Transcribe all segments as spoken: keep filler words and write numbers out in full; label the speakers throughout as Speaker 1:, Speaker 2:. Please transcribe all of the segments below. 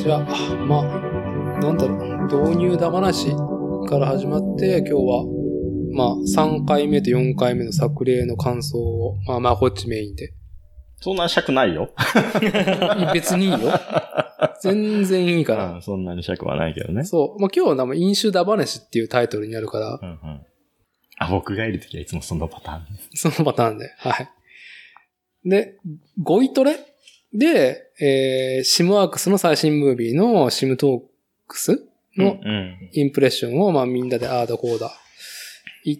Speaker 1: 話は、まあ、なんだろう、導入だ話から始まって、今日は、まあ、さんかいめとよんかいめの作例の感想を、まあまあ、こっちメインで。
Speaker 2: そんな尺ないよ。
Speaker 1: 別にいいよ。全然いいから。
Speaker 2: うん、そんなに尺はないけどね。
Speaker 1: そう。まあ今日は飲酒だ話っていうタイトルになるから。
Speaker 2: うんうん。あ、僕がいるときはいつもそのパターン。
Speaker 1: そのパターンで。はい。で、ゴイトレで、えー、シムワークスの最新ムービーのシムトークスのインプレッションを、まあみんなでああだこうだ言って、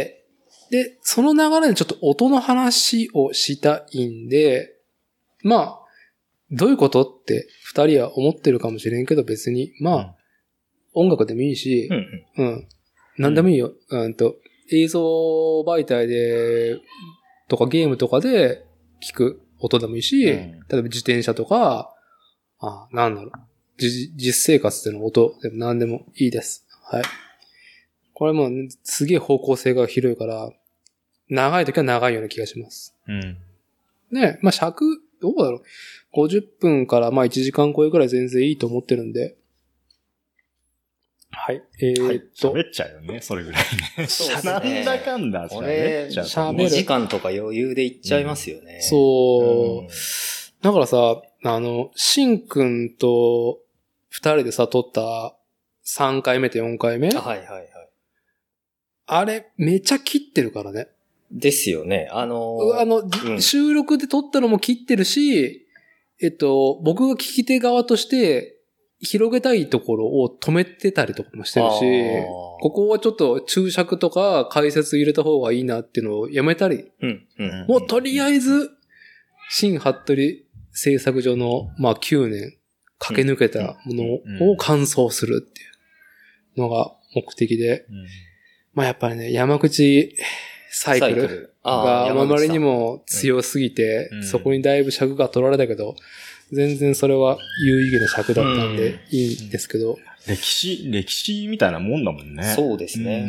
Speaker 1: で、その流れでちょっと音の話をしたいんで、まあ、どういうことって二人は思ってるかもしれんけど別に、まあ、うん、音楽でもいいし、うんうん、うん。なんでもいいよ。うんと、映像媒体で、とかゲームとかで聞く音でもいいし、うん、例えば自転車とか、あ、なんだろう。実生活での音でも何でもいいです。はい。これもすげえ方向性が広いから、長い時は長いような気がします。うん。ね、まあ、尺、どうだろう。ごじゅっぷんからまあいちじかん超えくらい全然いいと思ってるんで。はい。えー、っと。
Speaker 2: 喋、はい、っちゃうよね、それぐらいね。
Speaker 3: そう
Speaker 2: ねなんだかんだ喋っちゃう。
Speaker 3: にじかんとか余裕でいっちゃいますよね。
Speaker 1: うん、そう、うん。だからさ、あの、シンくんと二人でさ、撮ったさんかいめとよんかいめ。
Speaker 3: はいはいはい。
Speaker 1: あれ、めちゃ切ってるからね。
Speaker 3: ですよね。あの
Speaker 1: ー、あの、うん、収録で撮ったのも切ってるし、えっと、僕が聞き手側として、広げたいところを止めてたりとかもしてるし、ここはちょっと注釈とか解説入れた方がいいなっていうのをやめたり、うんうん、もうとりあえず、新服部製作所の、まあきゅうねん駆け抜けたものを完走するっていうのが目的で、うん、まあやっぱりね、山口サイクルがあまりにも強すぎて、うん、そこにだいぶ尺が取られたけど、全然それは有意義な尺だったんでいいんですけど、うん、
Speaker 2: 歴史、歴史みたいなもんだもんね。
Speaker 3: そうですね。
Speaker 1: うん。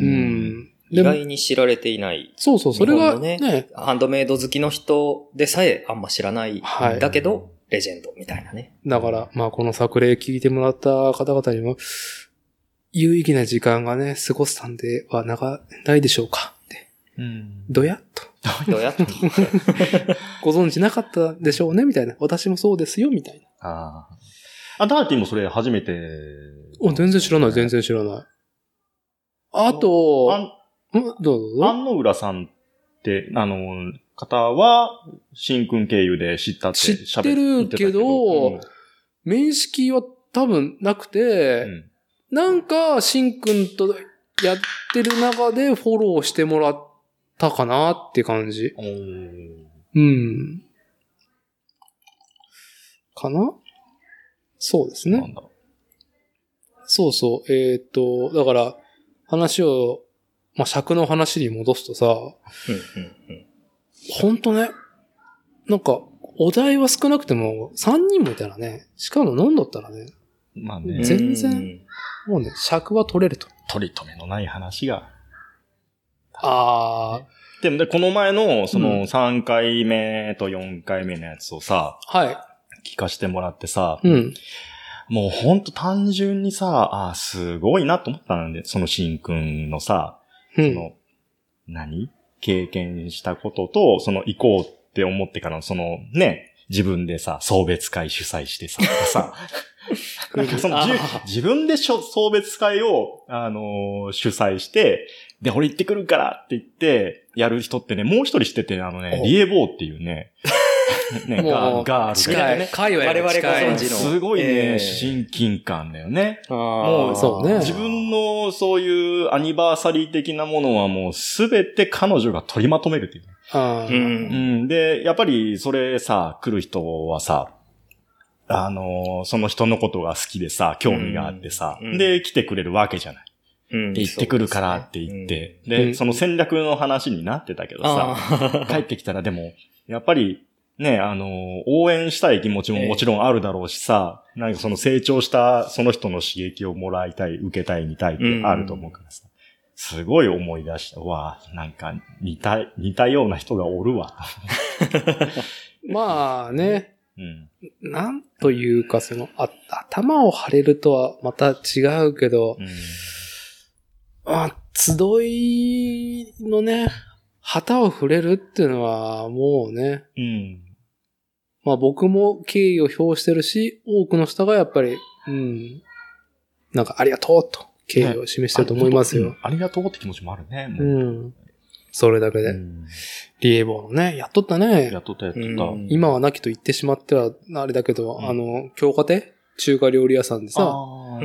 Speaker 3: 意外に知られていない。
Speaker 1: そうそう、それがね、ね、
Speaker 3: ハンドメイド好きの人でさえあんま知らない。はい。だけど、レジェンドみたいなね。
Speaker 1: だから、まあこの作例聞いてもらった方々にも、有意義な時間がね、過ごせたんではなか、ないでしょうかって。うん。どやっと。
Speaker 3: どやっと。
Speaker 1: ご存知なかったでしょうねみたいな。私もそうですよみたいな。
Speaker 2: ああ。あ、ダーティもそれ初めて。
Speaker 1: お、全然知らない、全然知らない。あと、
Speaker 2: あん、
Speaker 1: どうぞどうぞ。
Speaker 2: 安野浦さんって、あの、方は、しんくん経由で知ったって
Speaker 1: 喋って知ってるけど、うん、面識は多分なくて、うん、なんか、しんくんとやってる中でフォローしてもらったかなって感じ。うん。かな？そうですね。なんだ。そうそう。えっと、だから、話を、まあ、尺の話に戻すとさ、うんうんうん、ほんとね、なんか、お題は少なくてもさんにんもいたらね、しかも飲んどったらね、
Speaker 2: まあね、
Speaker 1: 全然、もうね、尺は取れると。
Speaker 2: 取り留めのない話が。
Speaker 1: あ
Speaker 2: ー。でも、で、この前の、そのさんかいめとよんかいめのやつをさ、
Speaker 1: はい。
Speaker 2: 聞かしてもらってさ、
Speaker 1: うん。
Speaker 2: もうほんと単純にさ、あーすごいなと思ったんで、そのしんくんのさ、うん、その、何経験したことと、その行こうって思ってからの、そのね、自分でさ、送別会主催してさ、さ、なんかその自分で送別会を、あのー、主催して、で、俺行ってくるからって言って、やる人ってね、もう一人知ってて、あのね、リエボーっていうね、ね、ガール
Speaker 1: 近いね。界隈
Speaker 3: 我々ご存知の。
Speaker 2: すごいね、えー、親近感だよね。もう、
Speaker 1: そうね。
Speaker 2: 自分のそういうアニバーサリー的なものはもうすべて彼女が取りまとめるっていう。
Speaker 1: あ
Speaker 2: うん、で、やっぱりそれさ、来る人はさ、あのー、その人のことが好きでさ、興味があってさ、うん、で、来てくれるわけじゃない。うん、で、行ってくるからって言って、で、ねうん、で、その戦略の話になってたけどさ、帰ってきたらでも、やっぱり、ね、あのー、応援したい気持ちももちろんあるだろうしさ、えー、なんかその成長したその人の刺激をもらいたい、受けたい、見たいってあると思うからさ、うん、すごい思い出した。わあ、なんか似た、似たような人がおるわ。
Speaker 1: まあね、
Speaker 2: うん、
Speaker 1: なん、 というか、その、あ、頭を張れるとはまた違うけど、うん、あ、集いのね、旗を触れるっていうのはもうね、うん、まあ僕も敬意を表してるし、多くの人がやっぱり、うん、なんかありがとうと敬意を示してると思いますよ。
Speaker 2: ね、あ, ありがとうって気持ちもあるね。
Speaker 1: もううん。それだけで。うん、リエボーのね、やっとったね。
Speaker 2: やっとったやっとった、
Speaker 1: うん。今はなきと言ってしまっては、あれだけど、うん、あの、京華亭中華料理屋さんでさ、うん、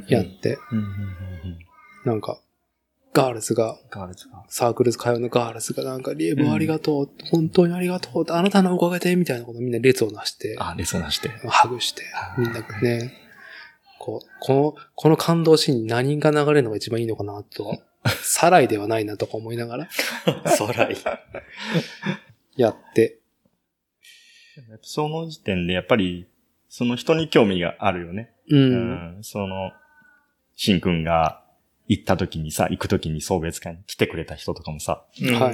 Speaker 1: やって、うんうんうんうん、なんか、ガールズが、
Speaker 2: ガールズが
Speaker 1: サークルズ通うのガールズがなんか、リエボーありがとう、うん、本当にありがとう、あなたのおかげで、みたいなことみんな列をなして、
Speaker 2: あ、列をなして、
Speaker 1: ハグして、みんなね、こう、この、この感動シーンに何が流れるのが一番いいのかなと、サライではないなとか思いながら、
Speaker 3: サライ。
Speaker 1: やって。
Speaker 2: その時点でやっぱり、その人に興味があるよね。うん。うん、その、シンくんが行った時にさ、行く時に送別会に来てくれた人とかもさ、はい。うん。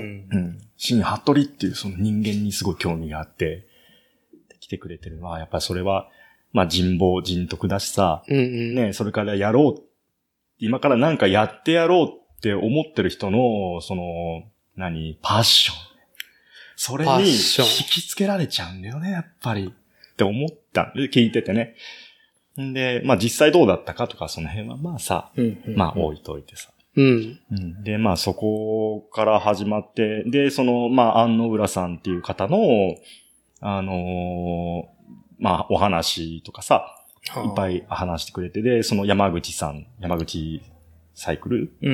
Speaker 2: シン・ハットリっていうその人間にすごい興味があって、来てくれてるのは、やっぱりそれは、まあ人望、人徳だしさ、うんうん、ね、それからやろう、今からなんかやってやろうって思ってる人の、その、何、パッション。それに引きつけられちゃうんだよね、やっぱり。って思ったんで、聞いててね。んで、まあ実際どうだったかとか、その辺はまあさ、うんうんうん、まあ置いといてさ。うん。うん、で、まあそこから始まって、で、その、まあ安野浦さんっていう方の、あのー、まあお話とかさ、いっぱい話してくれて、で、その山口さん、山口サイクル、うん、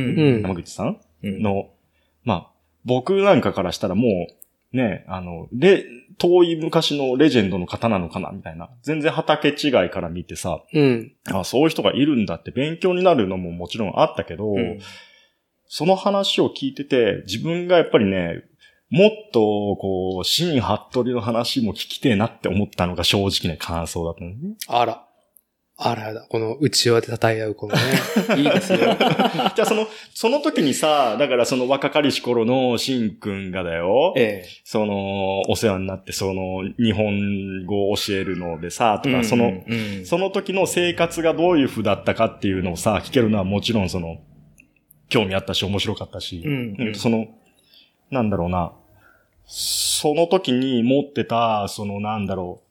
Speaker 2: 山口さんの、うん、まあ僕なんかからしたらもう、ね、あの、レ、遠い昔のレジェンドの方なのかなみたいな。全然畑違いから見てさ、うん、あ、そういう人がいるんだって勉強になるのももちろんあったけど、うん、その話を聞いてて、自分がやっぱりね、もっと、こう、新服部の話も聞きてえなって思ったのが正直な感想だったのね。
Speaker 1: あら。あらだ、この内輪で称え合うこのね。いいですよ。じ
Speaker 2: ゃあその、その時にさ、だからその若かりし頃のシンくんがだよ、ええ、その、お世話になって、その、日本語を教えるのでさ、とか、うん、その、うん、その時の生活がどういう風だったかっていうのをさ、聞けるのはもちろんその、興味あったし、面白かったし、うんうん、その、なんだろうな、その時に持ってた、そのなんだろう、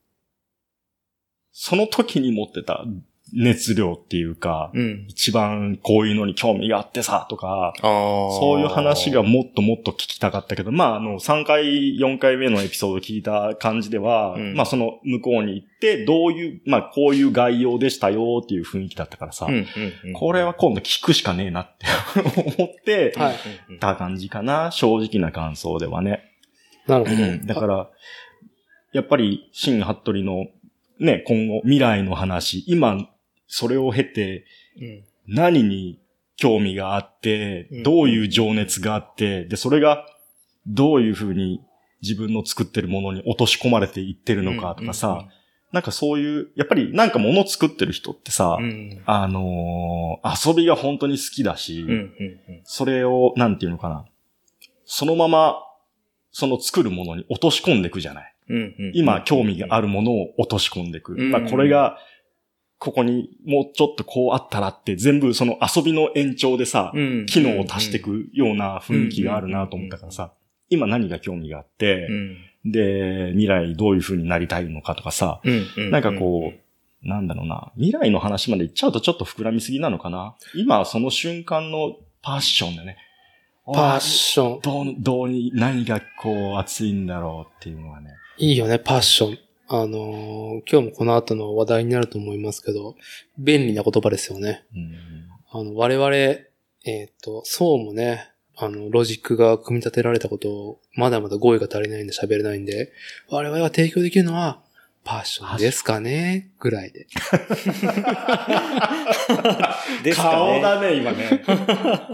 Speaker 2: その時に持ってた熱量っていうか、うん、一番こういうのに興味があってさ、とか、そういう話がもっともっと聞きたかったけど、まあ、あの、さんかい、よんかいめのエピソード聞いた感じでは、うん、まあ、その向こうに行って、どういう、まあ、こういう概要でしたよっていう雰囲気だったからさ、うんうんうん、これは今度聞くしかねえなって思って、はい、た感じかな、正直な感想ではね。
Speaker 1: なるほど。う
Speaker 2: ん、だから、やっぱり、新服部のね、今後、未来の話、今、それを経て、何に興味があって、うん、どういう情熱があって、で、それが、どういうふうに自分の作ってるものに落とし込まれていってるのかとかさ、うんうんうん、なんかそういう、やっぱりなんか物作ってる人ってさ、うん、あのー、遊びが本当に好きだし、うんうんうん、それを、なんていうのかな、そのまま、その作るものに落とし込んでいくじゃない。うんうん、今、興味があるものを落とし込んでいく。うん、まあ、これが、ここにもうちょっとこうあったらって全部その遊びの延長でさ、うん、機能を足していくような雰囲気があるなと思ったからさ、今何が興味があって、うん、で、未来どういう風になりたいのかとかさ、うんうん、なんかこう、なんだろうな、未来の話まで言っちゃうとちょっと膨らみすぎなのかな。今その瞬間のパッションだね。
Speaker 1: パッション。
Speaker 2: どう、どうに、何がこう熱いんだろうっていうのはね。
Speaker 1: いいよね、パッション。あのー、今日もこの後の話題になると思いますけど、便利な言葉ですよね。うん、あの、我々、えっと、そうもね、あの、ロジックが組み立てられたことを、まだまだ語彙が足りないんで喋れないんで、我々が提供できるのは、パッションですかねぐらいで。
Speaker 2: ですかね。顔だね、今ね。
Speaker 1: うん、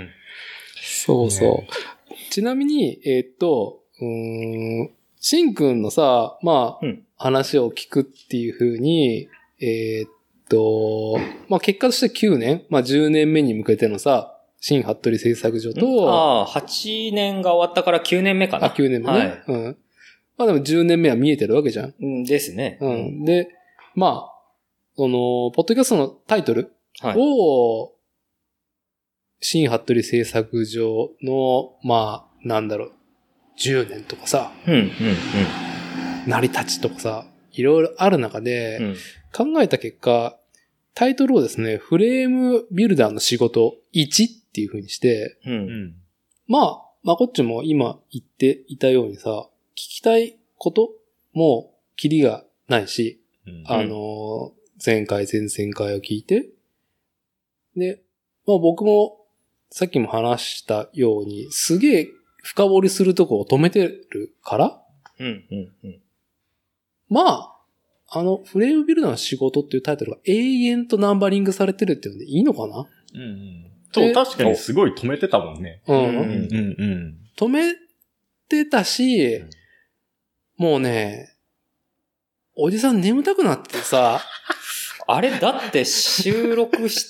Speaker 1: そうそう。ね、ちなみに、えー、っと、うーん、しんくんのさ、まあ、うん、話を聞くっていう風に、えー、っと、まあ結果としてきゅうねん、まあじゅうねんめに向けてのさ、新服部製作所と、
Speaker 3: ああ、はちねんが終わったからきゅうねんめかな。
Speaker 1: あ、きゅうねんめね。はい、うん。 まあでもじゅうねんめは見えてるわけじゃん。
Speaker 3: うんですね。
Speaker 1: うん。で、まあ、その、ポッドキャストのタイトルを、はい、新服部製作所の、まあ、なんだろう、じゅうねんとかさ、
Speaker 3: うんうんうん、
Speaker 1: 成り立ちとかさ、いろいろある中で、うん、考えた結果、タイトルをですね、フレームビルダーの仕事いちっていう風にして、
Speaker 3: うん、
Speaker 1: まあ、まあこっちも今言っていたようにさ、聞きたいこともキリがないし、うん、あの、前回前々回を聞いて、で、まあ僕もさっきも話したように、すげえ深掘りするとこを止めてるから、
Speaker 3: うんうんうん、
Speaker 1: まあ、あの、フレームビルダーの仕事っていうタイトルが永遠とナンバリングされてるっていうのでいいのかな？
Speaker 2: うんうん。そう、確かにすごい止めてたもんね。
Speaker 1: うん。うん
Speaker 2: うんうん。
Speaker 1: 止めてたし、うん、もうね、おじさん眠たくなってさ、
Speaker 3: あれだって収録して、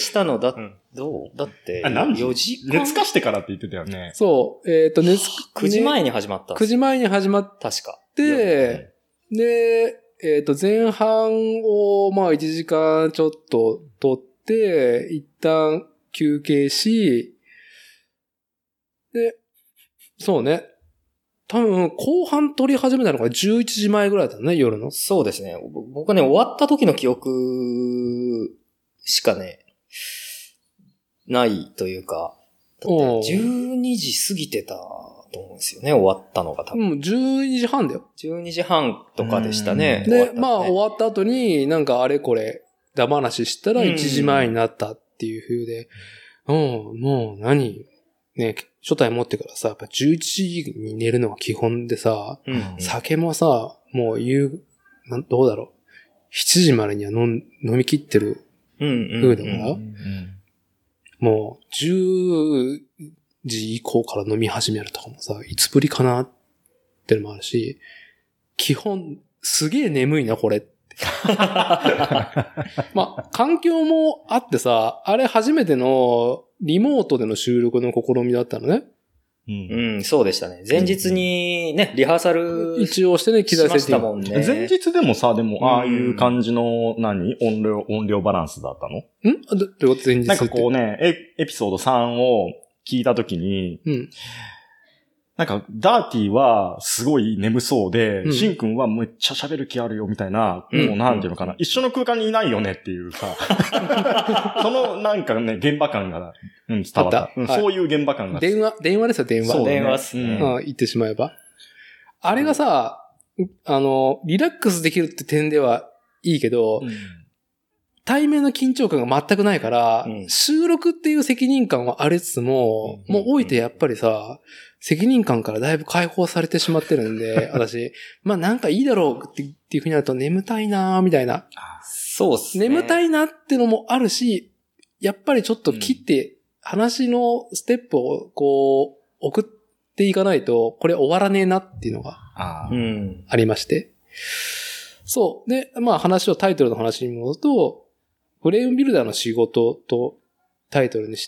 Speaker 3: したのだ、うん、どうだって、よじかん。
Speaker 2: 寝つかしてからって言ってたよね。
Speaker 1: そう、えっと、寝つ
Speaker 3: くじまえに始まった。
Speaker 1: くじまえに始まって、
Speaker 3: 確か。
Speaker 1: で、で、えっと、前半を、まあ、いちじかんちょっと撮って、一旦休憩し、で、そうね。多分、後半撮り始めたのがじゅういちじまえぐらいだね、夜の。
Speaker 3: そうですね。僕ね、終わった時の記憶しかね、ないというか、だってじゅうにじ過ぎてたと思うんですよね、終わったのが多分。
Speaker 1: うん、じゅうにじはんだよ。
Speaker 3: じゅうにじはんとかでしたね。
Speaker 1: で、まあ終わった後になんかあれこれ、だ話したらいちじまえになったっていう風で、うん、うん、もう何ね、初代持ってからさ、やっぱじゅういちじに寝るのが基本でさ、うんうん、酒もさ、もう夕、なんどうだろう。しちじまでには飲ん飲み切ってる風だから、もうじゅうじ以降から飲み始めるとかもさ、いつぶりかなってのもあるし、基本、すげえ眠いな、これ。まあ、環境もあってさ、あれ初めてのリモートでの収録の試みだったのね。
Speaker 3: うん、うん、そうでしたね。前日にね、リハーサル
Speaker 1: 一応してね、
Speaker 3: 気出せてたもんね。
Speaker 2: 前日でもさ、でも、ああいう感じの、何音量、音量バランスだったの？
Speaker 1: んどういうこと前日って？
Speaker 2: なんかこうね、エ、エピソードさんを聞いたときに、
Speaker 1: うん、
Speaker 2: なんか、ダーティーはすごい眠そうで、うん、シンくんはめっちゃ喋る気あるよみたいな、うん、もうなんていうのかな、うん、一緒の空間にいないよねっていうさ、そのなんかね、現場感が、うん、伝わった。うん、はい、そういう現場感が。
Speaker 1: 電話、電話ですよ、電話。
Speaker 3: そう、ね、電話っすね。
Speaker 1: うん、言ってしまえば。あれがさ、あの、リラックスできるって点ではいいけど、うん、対面の緊張感が全くないから、うん、収録っていう責任感はありつつも、うん、もう置いてやっぱりさ、責任感からだいぶ解放されてしまってるんで、私、まあなんかいいだろうってっていうふうになると眠たいなーみたいな。
Speaker 3: そうっすね。
Speaker 1: 眠たいなってのもあるし、やっぱりちょっと切って話のステップをこう送っていかないと、これ終わらねえなっていうのがありまして。そう。で、まあ話をタイトルの話に戻ると、フレームビルダーの仕事とタイトルにして、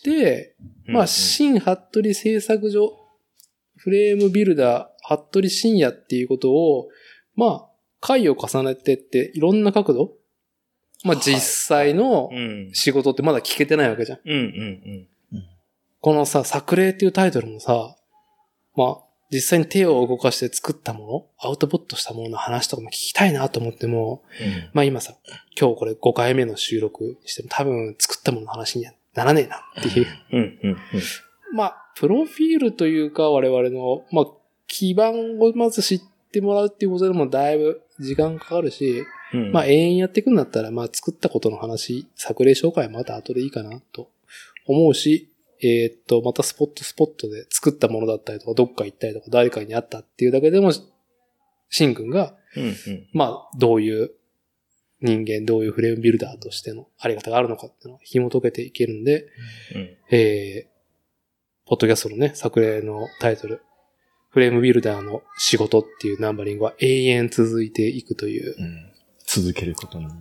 Speaker 1: まあ新服部製作所、フレームビルダー、服部深也っていうことを、まあ、回を重ねてって、いろんな角度、まあ実際の仕事ってまだ聞けてないわけじゃん。
Speaker 3: うんうんうん、
Speaker 1: このさ、作例っていうタイトルもさ、まあ、実際に手を動かして作ったもの、アウトプットしたものの話とかも聞きたいなと思っても、うん、まあ今さ、今日これごかいめの収録にしても多分作ったものの話にはならねえなっていう。
Speaker 3: うんうんうん、
Speaker 1: まあ、プロフィールというか我々の、まあ、基盤をまず知ってもらうっていうことでもだいぶ時間かかるし、うん、まあ永遠やっていくんだったら、まあ作ったことの話、作例紹介はまた後でいいかなと思うし、えー、っと、またスポットスポットで作ったものだったりとか、どっか行ったりとか、誰かに会ったっていうだけでも、シン君が、
Speaker 3: うんうん、
Speaker 1: まあ、どういう人間、どういうフレームビルダーとしてのあり方があるのかっていうのを紐解けていけるんで、
Speaker 3: うん、
Speaker 1: えー、ポッドキャストのね、作例のタイトル、フレームビルダーの仕事っていうナンバリングは永遠続いていくという。
Speaker 2: うん、続けることに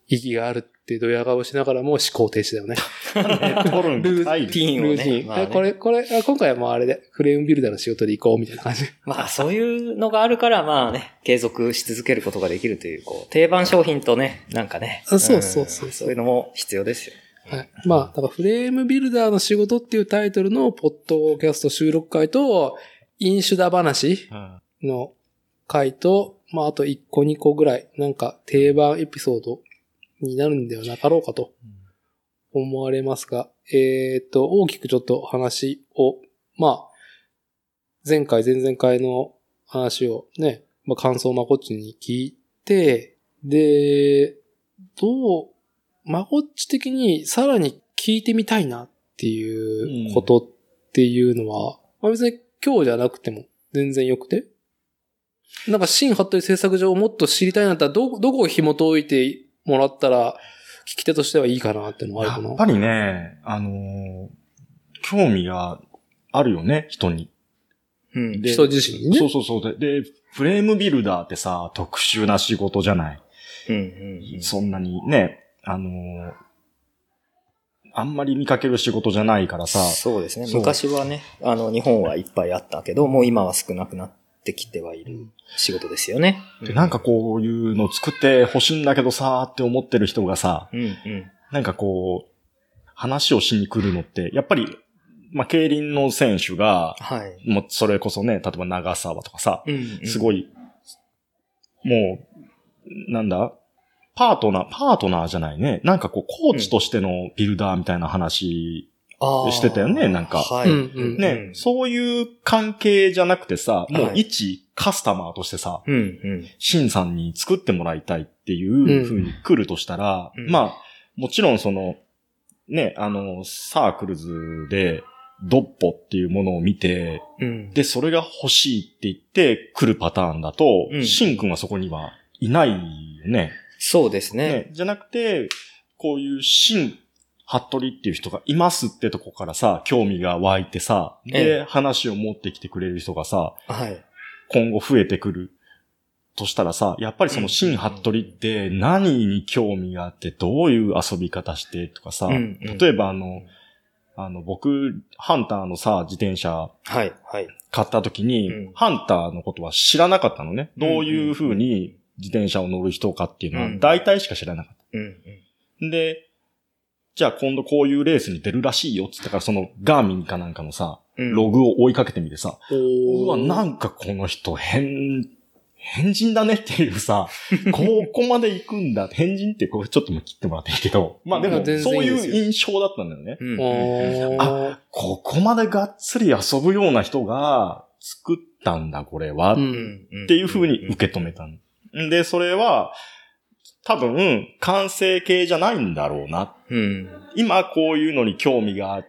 Speaker 1: 意義があるってドヤ顔しながらも思考停止だよね。
Speaker 2: 撮るん
Speaker 1: ルー
Speaker 2: かい
Speaker 3: ティーンをね。
Speaker 1: ルーティン。
Speaker 3: まあね
Speaker 1: これ、これ、あ今回はもうあれで、フレームビルダーの仕事で行こうみたいな感じ。
Speaker 3: まあそういうのがあるからまあね、継続し続けることができるという、こう、定番商品とね、なんかね。
Speaker 1: あそうそうそうそう
Speaker 3: うん。そういうのも必要ですよ。
Speaker 1: はい。まあ、だからフレームビルダーの仕事っていうタイトルのポッドキャスト収録会と、飲酒だ話の回と、まああといっこにこぐらい、なんか定番エピソードになるんではなかろうかと思われますが、えっと、大きくちょっと話を、まあ、前回前々回の話をね、まあ感想をまこっちに聞いて、で、どう、まこっち的にさらに聞いてみたいなっていうことっていうのは、まあ別に今日じゃなくても全然よくて。なんか新服部製作所をもっと知りたいなったら、ど、どこを紐解いてもらったら、聞き手としてはいいかなっていうのがあるかな。
Speaker 2: やっぱりね、あのー、興味があるよね、人に。
Speaker 1: うん。人自身にね。
Speaker 2: そうそうそう。で、フレームビルダーってさ、特殊な仕事じゃない。
Speaker 3: うんうんうん、
Speaker 2: そんなにね、あのー、あんまり見かける仕事じゃないからさ。
Speaker 3: そうですね。昔はね、あの、日本はいっぱいあったけど、もう今は少なくなってきてはいる仕事ですよね。
Speaker 2: で、なんかこういうの作って欲しいんだけどさーって思ってる人がさ、
Speaker 3: うんうん、
Speaker 2: なんかこう、話をしに来るのって、やっぱり、まあ、競輪の選手が、
Speaker 3: はい。
Speaker 2: もうそれこそね、例えば長沢とかさ、
Speaker 3: うんうん、
Speaker 2: すごい、もう、なんだパートナー、パートナーじゃないね。なんかこう、コーチとしてのビルダーみたいな話してたよね、うん、なんか。
Speaker 3: はい。
Speaker 2: ね、うん、そういう関係じゃなくてさ、もう一カスタマーとしてさ、
Speaker 3: うんうん、
Speaker 2: シンさんに作ってもらいたいっていう風に来るとしたら、うん、まあ、もちろんその、ね、あの、サークルズで、ドッポっていうものを見て、うん、で、それが欲しいって言って来るパターンだと、うん、シン君はそこにはいないよね。
Speaker 3: そうですね。
Speaker 2: ねじゃなくて、こういうシン、服部っていう人がいますってとこからさ、興味が湧いてさ、で、話を持ってきてくれる人がさ、
Speaker 3: はい、
Speaker 2: 今後増えてくるとしたらさ、やっぱりそのシン・服部って何に興味があってどういう遊び方してとかさ、うんうん、例えばあの、あの、僕、ハンターのさ、自転車、
Speaker 3: はい、はい。
Speaker 2: 買った時に、うん、ハンターのことは知らなかったのね。どういう風に自転車を乗る人かっていうのは、大体しか知らなかった。
Speaker 3: うん
Speaker 2: うん、で、じゃあ今度こういうレースに出るらしいよって言ったから、そのガーミンかなんかのさ、うん、ログを追いかけてみてさ、うわ、なんかこの人変、変人だねっていうさ、ここまで行くんだ。変人ってこうちょっとも切ってもらっていいけど、まあでもそういう印象だったんだよね。うん、あ、ここまでがっつり遊ぶような人が作ったんだこれは、うん、っていう風に受け止めたんで、それは多分完成形じゃないんだろうな。うん、今こういうのに興味があって、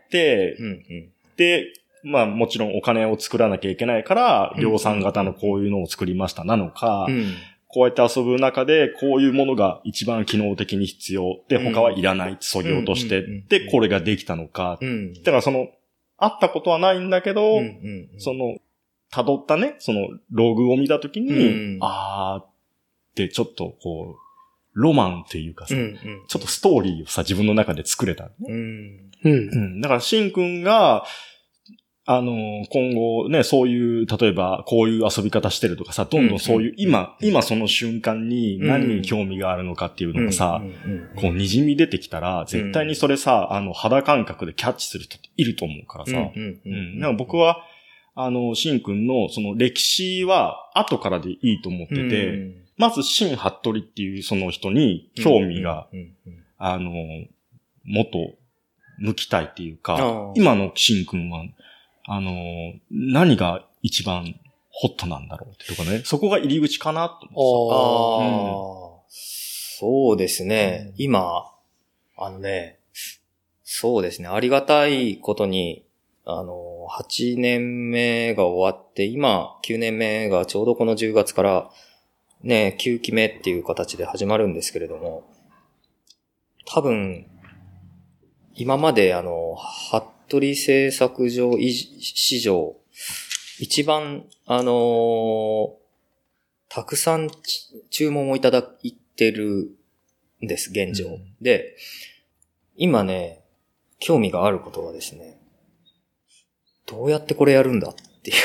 Speaker 2: うんうん、で、まあもちろんお金を作らなきゃいけないから、量産型のこういうのを作りましたなのか、うん、こうやって遊ぶ中でこういうものが一番機能的に必要で、他はいらない、削ぎ落として、で、これができたのか。うん、だからその、あったことはないんだけど、うんうんうん、その、辿ったね、そのログを見たときに、うん、あーってちょっとこう、ロマンっていうかさ、うんうん、ちょっとストーリーをさ、自分の中で作れた、ね。うんうん、だから、シンくんが、あの、今後ね、そういう、例えば、こういう遊び方してるとかさ、どんどんそういう、うん、今、今その瞬間に何に興味があるのかっていうのがさ、こう、滲み出てきたら、絶対にそれさ、あの、肌感覚でキャッチする人っていると思うからさ、うん。だから僕は、あの、シンくんの、その歴史は、後からでいいと思ってて、うん、まず、シン・服部っていうその人に興味が、あの、もっと向きたいっていうか、今のシンくんは、あの、何が一番ホットなんだろうってとかね。そこが入り口かなと思
Speaker 3: ってさ。ああ、うん、そうですね。うん、今、あのね、そうですね。ありがたいことに、あの、はちねんめが終わって、今、きゅうねんめがちょうどこのじゅうがつから、ね、きゅうきめっていう形で始まるんですけれども、多分、今まであの、服部製作所史上、一番、あのー、たくさん注文をいただいてるです、現状。うん、で、今ね、興味があることはですね、どうやってこれやるんだっていう。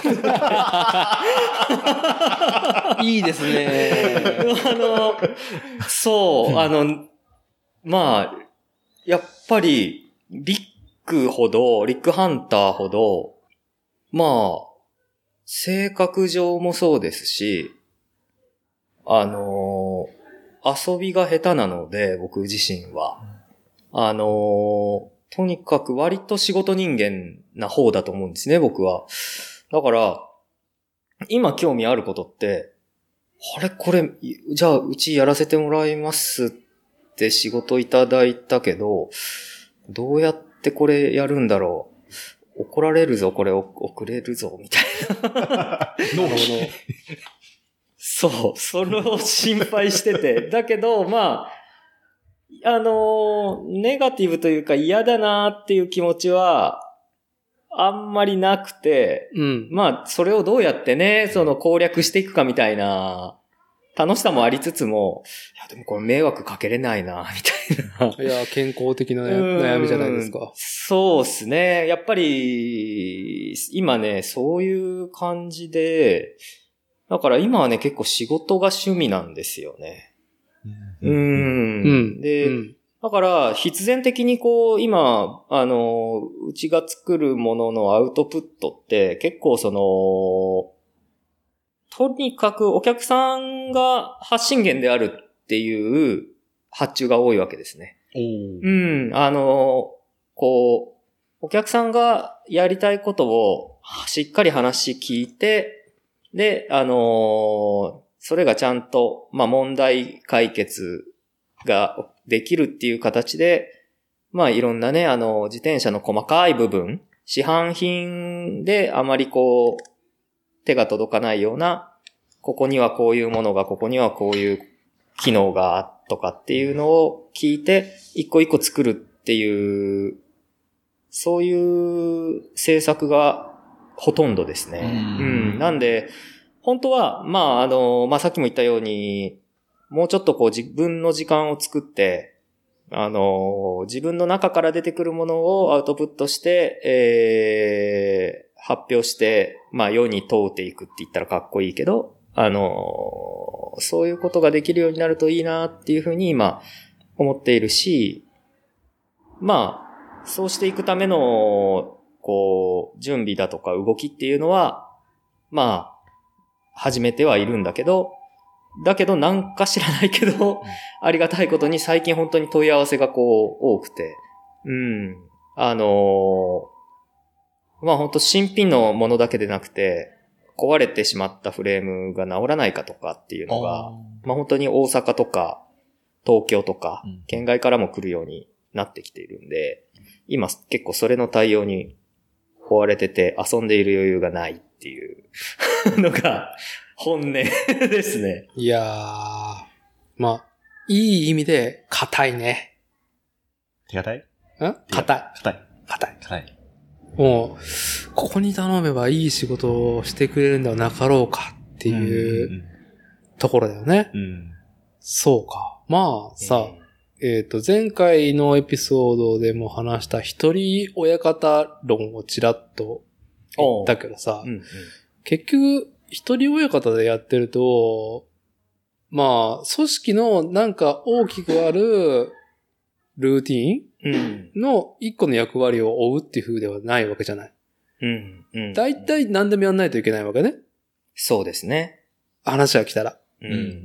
Speaker 1: いいですね。
Speaker 3: あの、そう、あの、まあ、やっぱり、リックほど、リックハンターほど、まあ、性格上もそうですし、あの、遊びが下手なので、僕自身は。あの、とにかく割と仕事人間な方だと思うんですね、僕は。だから、今興味あることって、あれこれ、じゃあうちやらせてもらいますって仕事いただいたけど、どうやってこれやるんだろう。怒られるぞ、これ遅れるぞ、みたいな。
Speaker 2: 納期。
Speaker 3: そう、それを心配してて。だけど、まあ、あのー、ネガティブというか嫌だなっていう気持ちは、あんまりなくて、
Speaker 1: うん、
Speaker 3: まあ、それをどうやってね、その攻略していくかみたいな、楽しさもありつつも、いや、でもこれ迷惑かけれないな、みたいな。
Speaker 1: いや、健康的な悩みじゃないですか。
Speaker 3: そうですね。やっぱり、今ね、そういう感じで、だから今はね、結構仕事が趣味なんですよね。うん。うん、で、うん、だから必然的にこう、今、あの、うちが作るもののアウトプットって結構その、とにかくお客さんが発信源であるっていう発注が多いわけですね。うん。あの、こう、お客さんがやりたいことをしっかり話聞いて、で、あのー、それがちゃんと、まあ、問題解決ができるっていう形で、まあ、いろんなね、あの、自転車の細かい部分、市販品であまりこう、手が届かないような、ここにはこういうものが、ここにはこういう機能が、とかっていうのを聞いて、一個一個作るっていう、そういう制作が、ほとんどですね。うん。なんで、本当は、まあ、あの、まあ、さっきも言ったように、もうちょっとこう自分の時間を作って、あの、自分の中から出てくるものをアウトプットして、えー、発表して、まあ、世に問うていくって言ったらかっこいいけど、あの、そういうことができるようになるといいなっていうふうに今思っているし、まあ、そうしていくための、こう、準備だとか動きっていうのは、まあ、始めてはいるんだけど、だけどなんか知らないけど、うん、ありがたいことに最近本当に問い合わせがこう、多くて、うん。あのー、まあ本当新品のものだけでなくて、壊れてしまったフレームが治らないかとかっていうのが、まあ本当に大阪とか、東京とか、県外からも来るようになってきているんで、今結構それの対応に追われてて遊んでいる余裕がないっていうのが本音ですね。
Speaker 1: いやー、まあ、いい意味で硬いね。
Speaker 2: 手堅い？
Speaker 1: ん？硬い。
Speaker 2: 硬い。
Speaker 1: 硬い。
Speaker 2: 硬い。
Speaker 1: もう、ここに頼めばいい仕事をしてくれるんではなかろうかっていうところだよね。
Speaker 2: うんうんうん、
Speaker 1: そうか。まあさ、えっ、ー、と、前回のエピソードでも話した一人親方論をちらっと言ったけどさ、うんうん、結局一人親方でやってると、まあ、組織のなんか大きくあるルーティンの一個の役割を負うっていう風ではないわけじゃない。
Speaker 3: うんうん、
Speaker 1: だいたい何でもやんないといけないわけね。
Speaker 3: そうですね。
Speaker 1: 話が来たら。
Speaker 3: うん、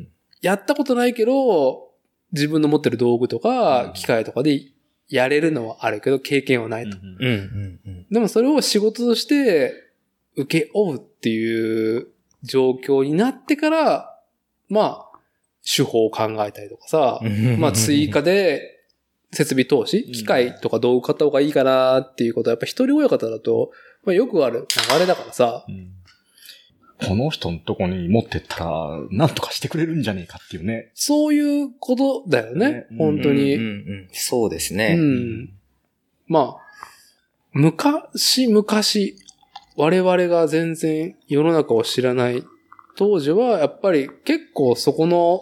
Speaker 1: やったことないけど、自分の持ってる道具とか機械とかでやれるのはあるけど経験はないと。
Speaker 3: うんうんうん、
Speaker 1: でもそれを仕事として受け負うっていう状況になってから、まあ、手法を考えたりとかさ、まあ追加で設備投資、機械とか道具買った方がいいかなっていうことはやっぱ一人親方だと、まあ、よくある流れだからさ、
Speaker 2: うん、この人のとこに持ってったら何とかしてくれるんじゃねえかっていうね。
Speaker 1: そういうことだよね、ね、本当に、
Speaker 3: うんうんうん。そうですね。
Speaker 1: うん、まあ、昔々我々が全然世の中を知らない当時はやっぱり結構そこの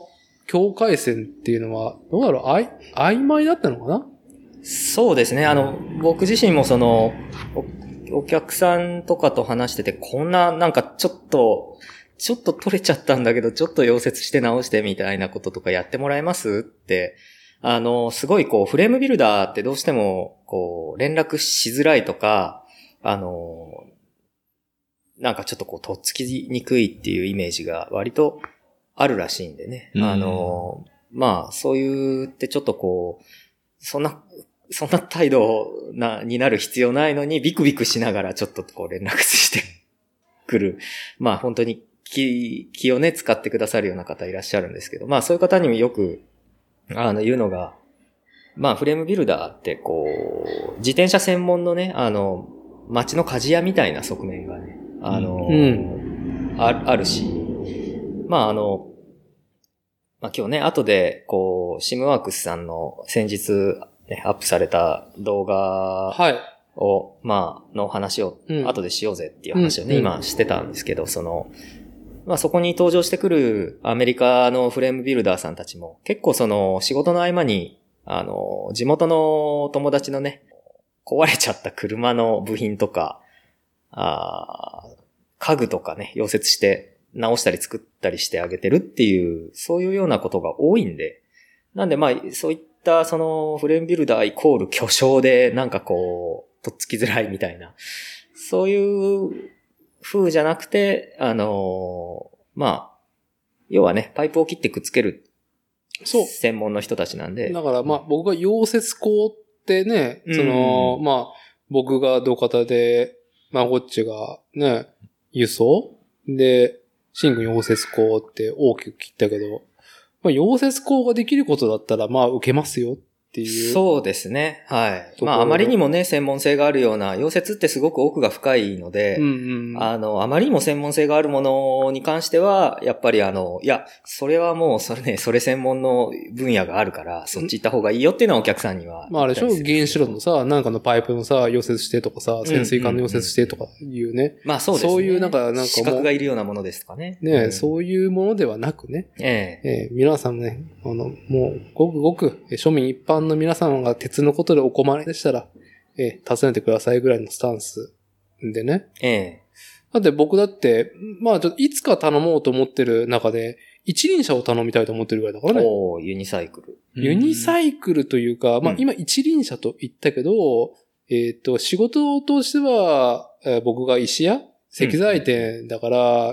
Speaker 1: 境界線っていうのは、どうだろう、あい、曖昧だったのかな？
Speaker 3: そうですね。あの、僕自身もその、お、お客さんとかと話してて、こんな、なんかちょっと、ちょっと取れちゃったんだけど、ちょっと溶接して直してみたいなこととかやってもらえますって、あの、すごいこう、フレームビルダーってどうしても、こう、連絡しづらいとか、あの、なんかちょっとこう、とっつきにくいっていうイメージが割とあるらしいんでね。
Speaker 2: うん、
Speaker 3: あの、まあ、そういうってちょっとこう、そんな、そんな態度な、になる必要ないのに、ビクビクしながらちょっとこう連絡してくる。まあ本当に気、気をね、使ってくださるような方いらっしゃるんですけど、まあそういう方にもよく、あの、言うのが、まあフレームビルダーってこう、自転車専門のね、あの、街の鍛冶屋みたいな側面がね、あの、
Speaker 1: うん、
Speaker 3: あ, あるし、まああの、まあ今日ね、後で、こう、シムワークスさんの先日、ね、アップされた動画を、
Speaker 1: はい、
Speaker 3: まあ、の話を、後でしようぜっていう話をね、
Speaker 1: うん、
Speaker 3: 今してたんですけど、その、まあそこに登場してくるアメリカのフレームビルダーさんたちも、結構その、仕事の合間に、あの、地元の友達のね、壊れちゃった車の部品とか、あ家具とかね、溶接して、直したり作ったりしてあげてるっていう、そういうようなことが多いんで、なんでまあ、そういったそのフレームビルダーイコール巨匠でなんかこう、とっつきづらいみたいな、そういう風じゃなくて、あのー、まあ、要はね、パイプを切ってくっつける、そう。専門の人たちなんで。
Speaker 1: だからまあ、僕が溶接工ってね、その、まあ、僕が土方で、まあ、こっちがね、輸送で、シング溶接工って大きく切ったけど、まあ、溶接工ができることだったら、まあ、受けますよっていう。
Speaker 3: そうですね。はい。まあ、あまりにもね、専門性があるような、溶接ってすごく奥が深いので、うんうん、あの、あまりにも専門性があるものに関しては、やっぱりあの、いや、それはもう、それね、それ専門の分野があるから、そっち行った方がいいよっていうのはお客さんには。
Speaker 1: まあ、あれでしょ、原子炉のさ、なんかのパイプのさ、溶接してとかさ、潜水艦の溶接してとかいうね。うんうんうん、
Speaker 3: まあ、そうですね。
Speaker 1: そういうなんか、なんか
Speaker 3: 資格がいるようなものですとかね。
Speaker 1: ね、うん、そういうものではなくね。えええー、皆さんね、あの、もう、ごくごく、庶民一般の皆様が鉄のことでお困りでしたら、えー、尋ねてくださいぐらいのスタンスでね。ええ。だって僕だって、まあちょっといつか頼もうと思ってる中で、一輪車を頼みたいと思ってるぐらいだからね。
Speaker 3: おー、ユニサイクル。
Speaker 1: ユニサイクルというか、まあ今一輪車と言ったけど、えっと、仕事としては、えー、僕が石屋石材店だから、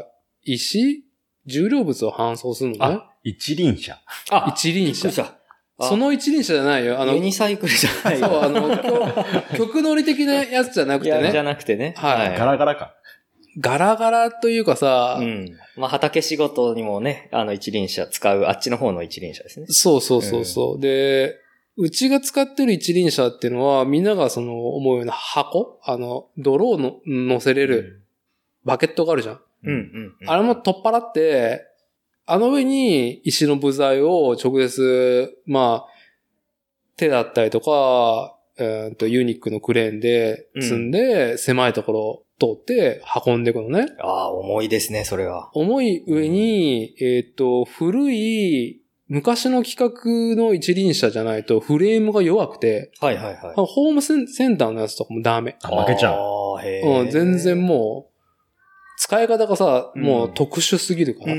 Speaker 1: 石重量物を搬送するのね。
Speaker 2: あ、一輪車。
Speaker 1: あ、一輪車。その一輪車じゃないよ。
Speaker 3: あの、ユニサイクルじゃないよ。
Speaker 1: そう、あの、極乗り的なやつじゃなくてね。
Speaker 3: いや、じゃなくてね。
Speaker 2: はい。ガラガラか。
Speaker 1: ガラガラというかさ、
Speaker 3: うん。まあ、畑仕事にもね、あの一輪車使う、あっちの方の一輪車ですね。
Speaker 1: そうそうそうそう。うん、で、うちが使ってる一輪車っていうのは、みんながその思うような箱あの、泥をの乗せれるバケットがあるじゃん。
Speaker 3: うんうん、うん。
Speaker 1: あれも取っ払って、あの上に石の部材を直接、まあ、手だったりとか、えー、とユニックのクレーンで積んで、うん、狭いところを通って運んでいくのね。
Speaker 3: ああ、重いですね、それは。
Speaker 1: 重い上に、えっ、ー、と、古い、昔の規格の一輪車じゃないとフレームが弱くて、
Speaker 3: はいはいはい。
Speaker 1: ホームセンターのやつとかもダメ。
Speaker 2: あ、負けちゃう。
Speaker 1: あへうん、全然もう、使い方がさ、うん、もう特殊すぎるから、うん、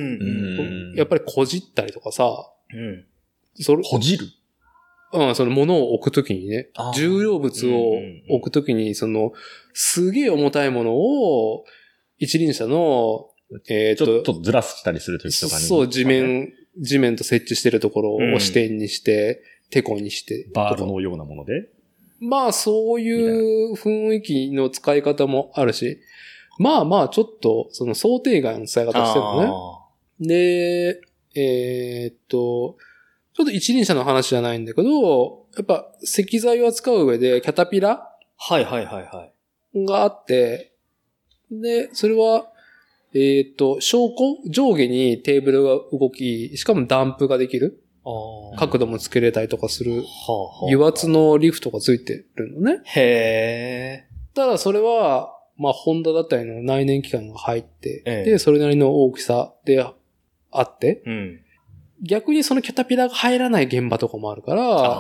Speaker 1: やっぱりこじったりとかさ、うん、
Speaker 2: それこじる
Speaker 1: うん、その物を置くときにね、重量物を置くときに、その、すげえ重たいものを、一輪車の、
Speaker 2: えっと、ちょっとずらしたりするときとかに。
Speaker 1: そう、地面、地面と設置してるところを支点にして、うん、テコにして。
Speaker 2: バールのようなもので
Speaker 1: まあ、そういう雰囲気の使い方もあるし、まあまあ、ちょっと、その想定外の使い方してるのね。で、えー、っと、ちょっと一輪車の話じゃないんだけど、やっぱ石材を扱う上でキャタピラ
Speaker 3: はいはいはいはい。
Speaker 1: があって、で、それは、えー、っと、昇降上下にテーブルが動き、しかもダンプができる。あ角度もつけれたりとかする。はあはあ、油圧のリフトがついてるのね。
Speaker 3: へー。
Speaker 1: ただそれは、まあ、ホンダだったりの内燃機関が入って、ええ、で、それなりの大きさであって、うん、 逆にそのキャタピラーが入らない現場とかもあるから、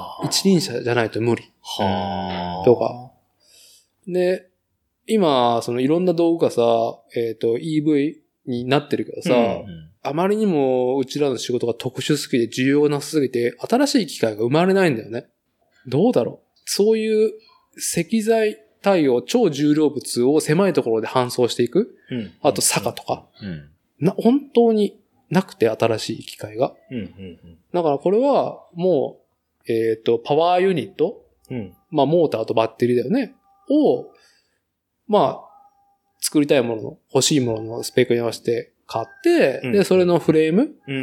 Speaker 1: 一輪車じゃないと無理。はあ。とか。で、今、そのいろんな道具がさ、えっと、イーブイ になってるけどさ、うん、あまりにもうちらの仕事が特殊すぎて、需要がなさすぎて、新しい機械が生まれないんだよね。どうだろう。そういう石材対応、超重量物を狭いところで搬送していく。うん、あと坂とか、うん。な。本当になくて、新しい機械が。うんうんうん、だからこれは、もう、えっと、パワーユニット、うん、まあ、モーターとバッテリーだよね。を、まあ、作りたいものの、欲しいもののスペックに合わせて買って、うん、で、それのフレーム、うん、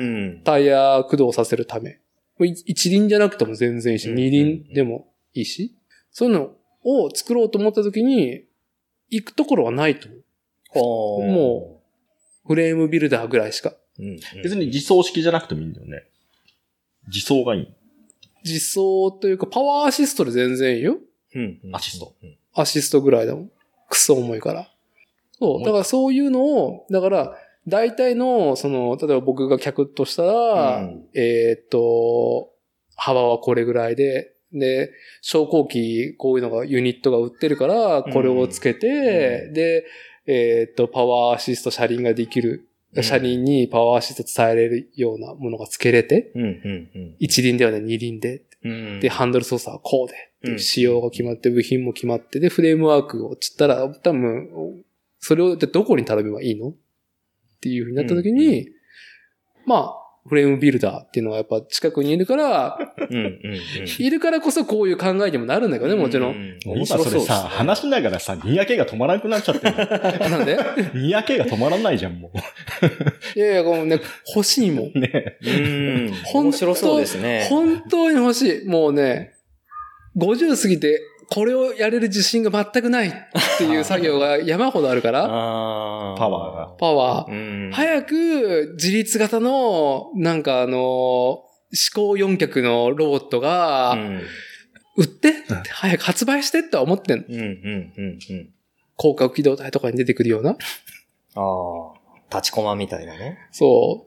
Speaker 1: タイヤ駆動させるため。一輪じゃなくても全然いいし、うん、二輪でもいいし、そういうのを作ろうと思った時に、行くところはないと思う。もう、フレームビルダーぐらいしか。
Speaker 2: うんうん、別に自走式じゃなくてもいいんだよね。自走がいい。
Speaker 1: 自走というか、パワーアシストで全然いいよ。
Speaker 2: うんうん、アシスト。
Speaker 1: アシストぐらいだもん。クソ重いから。そう。だからそういうのを、だから、大体の、その、例えば僕が客としたら、うん、えー、っと、幅はこれぐらいで、で、昇降機、こういうのが、ユニットが売ってるから、これをつけて、うん、で、えー、っと、パワーアシスト車輪ができる。車輪にパワーアシスト伝えれるようなものがつけれて、うんうんうん、一輪ではね、二輪で、うん、で、ハンドル操作はこうで、仕様が決まって、部品も決まって、で、フレームワークをつったら、多分、それをどこに頼めばいいのっていう風になった時に、うんうん、まあ、フレームビルダーっていうのがやっぱ近くにいるから、うんうんうん、いるからこそこういう考えにもなるんだけどね、もちろん。うんうん、
Speaker 2: 面白そうですね。さ、話しながらさ、にやけが止まらなくなっちゃってる。
Speaker 1: なんで
Speaker 2: にやけが止まらないじゃん、も
Speaker 1: う。いやいや、このね、欲しいもん。ね。
Speaker 3: うん。面白そうですね。
Speaker 1: 本当に欲しい。もうね、ごじゅう過ぎて、これをやれる自信が全くないっていう作業が山ほどあるから。
Speaker 2: あパワーが。
Speaker 1: パワー。うん、早く自立型の、なんかあの、思考四脚のロボットが、売って、うん、早く発売してって思ってんの。うんうんうんうん、広角機動隊とかに出てくるような。
Speaker 3: ああ、立ちコマみたいなね。
Speaker 1: そう。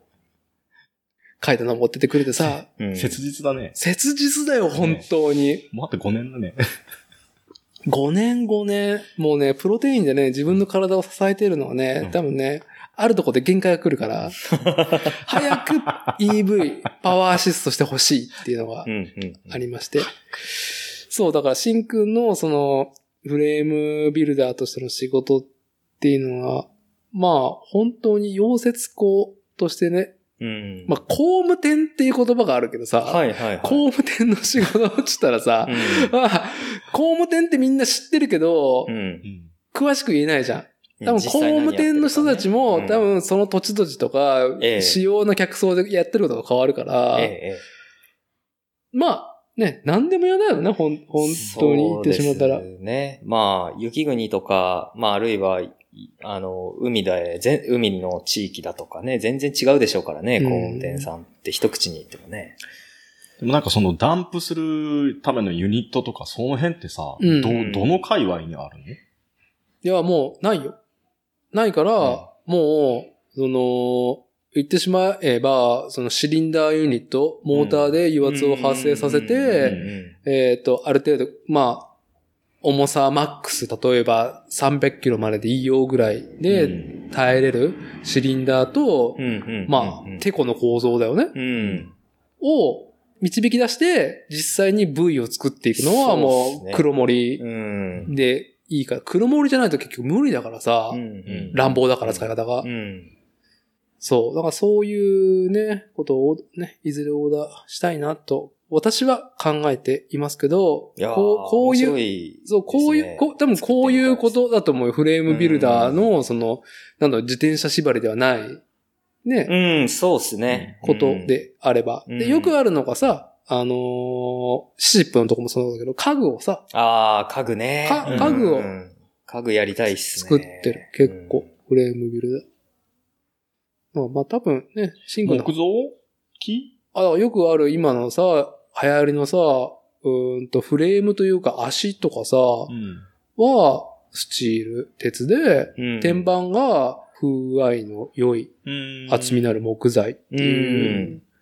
Speaker 1: 階段登っててくれてさ、
Speaker 2: うん。切実だね。
Speaker 1: 切実だよ、本当に。ね、
Speaker 2: もうあとごねんだね。
Speaker 1: ごねんごねん、もうね、プロテインでね、自分の体を支えているのはね、多分ね、あるとこで限界が来るから、早く イーブイ、パワーアシストしてほしいっていうのがありまして。そう、だからシンくんのその、フレームビルダーとしての仕事っていうのは、まあ、本当に溶接工としてね、うん、まあ、工務店っていう言葉があるけどさ、はいはいはい、工務店の仕事をしたらさ、うん、まあ、工務店ってみんな知ってるけど、うん、詳しく言えないじゃん。多分工務店の人たちも、ね、多分その土地土地とか、ええ、仕様の客層でやってることが変わるから、ええ、まあ、ね、何でも嫌だよね、ほん、本当に言ってしまったら。そうです
Speaker 3: ね。まあ、雪国とか、まあ、あるいは、あの、海で、海の地域だとかね、全然違うでしょうからね、工務店さんって一口に言ってもね。
Speaker 2: でもなんかそのダンプするためのユニットとかその辺ってさ、うん、ど、どの界隈にあるの？い
Speaker 1: や、もう、ないよ。ないから、うん、もう、その、言ってしまえば、そのシリンダーユニット、モーターで油圧を発生させて、えっと、ある程度、まあ、重さマックス、例えばさんびゃくキロまででいいよぐらいで耐えれるシリンダーと、まあ、テコの構造だよね。うん、を導き出して、実際に V を作っていくのはもう黒森でいいから、黒森じゃないと結局無理だからさ、うんうん、乱暴だから使い方が。うん、そう。だからそういうね、ことをね、いずれオーダーしたいなと。私は考えていますけど、こう、こういう、いそう、こういう、こ多分こういうことだと思うよ。フレームビルダーの、その、なんだろう、自転車縛りではない、ね。
Speaker 3: うん、そうですね。
Speaker 1: ことであれば。うん、でよくあるのがさ、あのー、シップのとこもそうだけど、家具をさ。
Speaker 3: ああ、家具ね。
Speaker 1: か家具を、うん。
Speaker 3: 家具やりたいっす
Speaker 1: ね。作ってる。結構、うん、フレームビルダー。まあ、まあ多分ね、シングル。
Speaker 2: 木造木
Speaker 1: あ、よくある今のさ、流行りのさ、うーんと、フレームというか足とかさ、うん、は、スチール、鉄で、うん、天板が風合いの良い、厚みのある木材っていう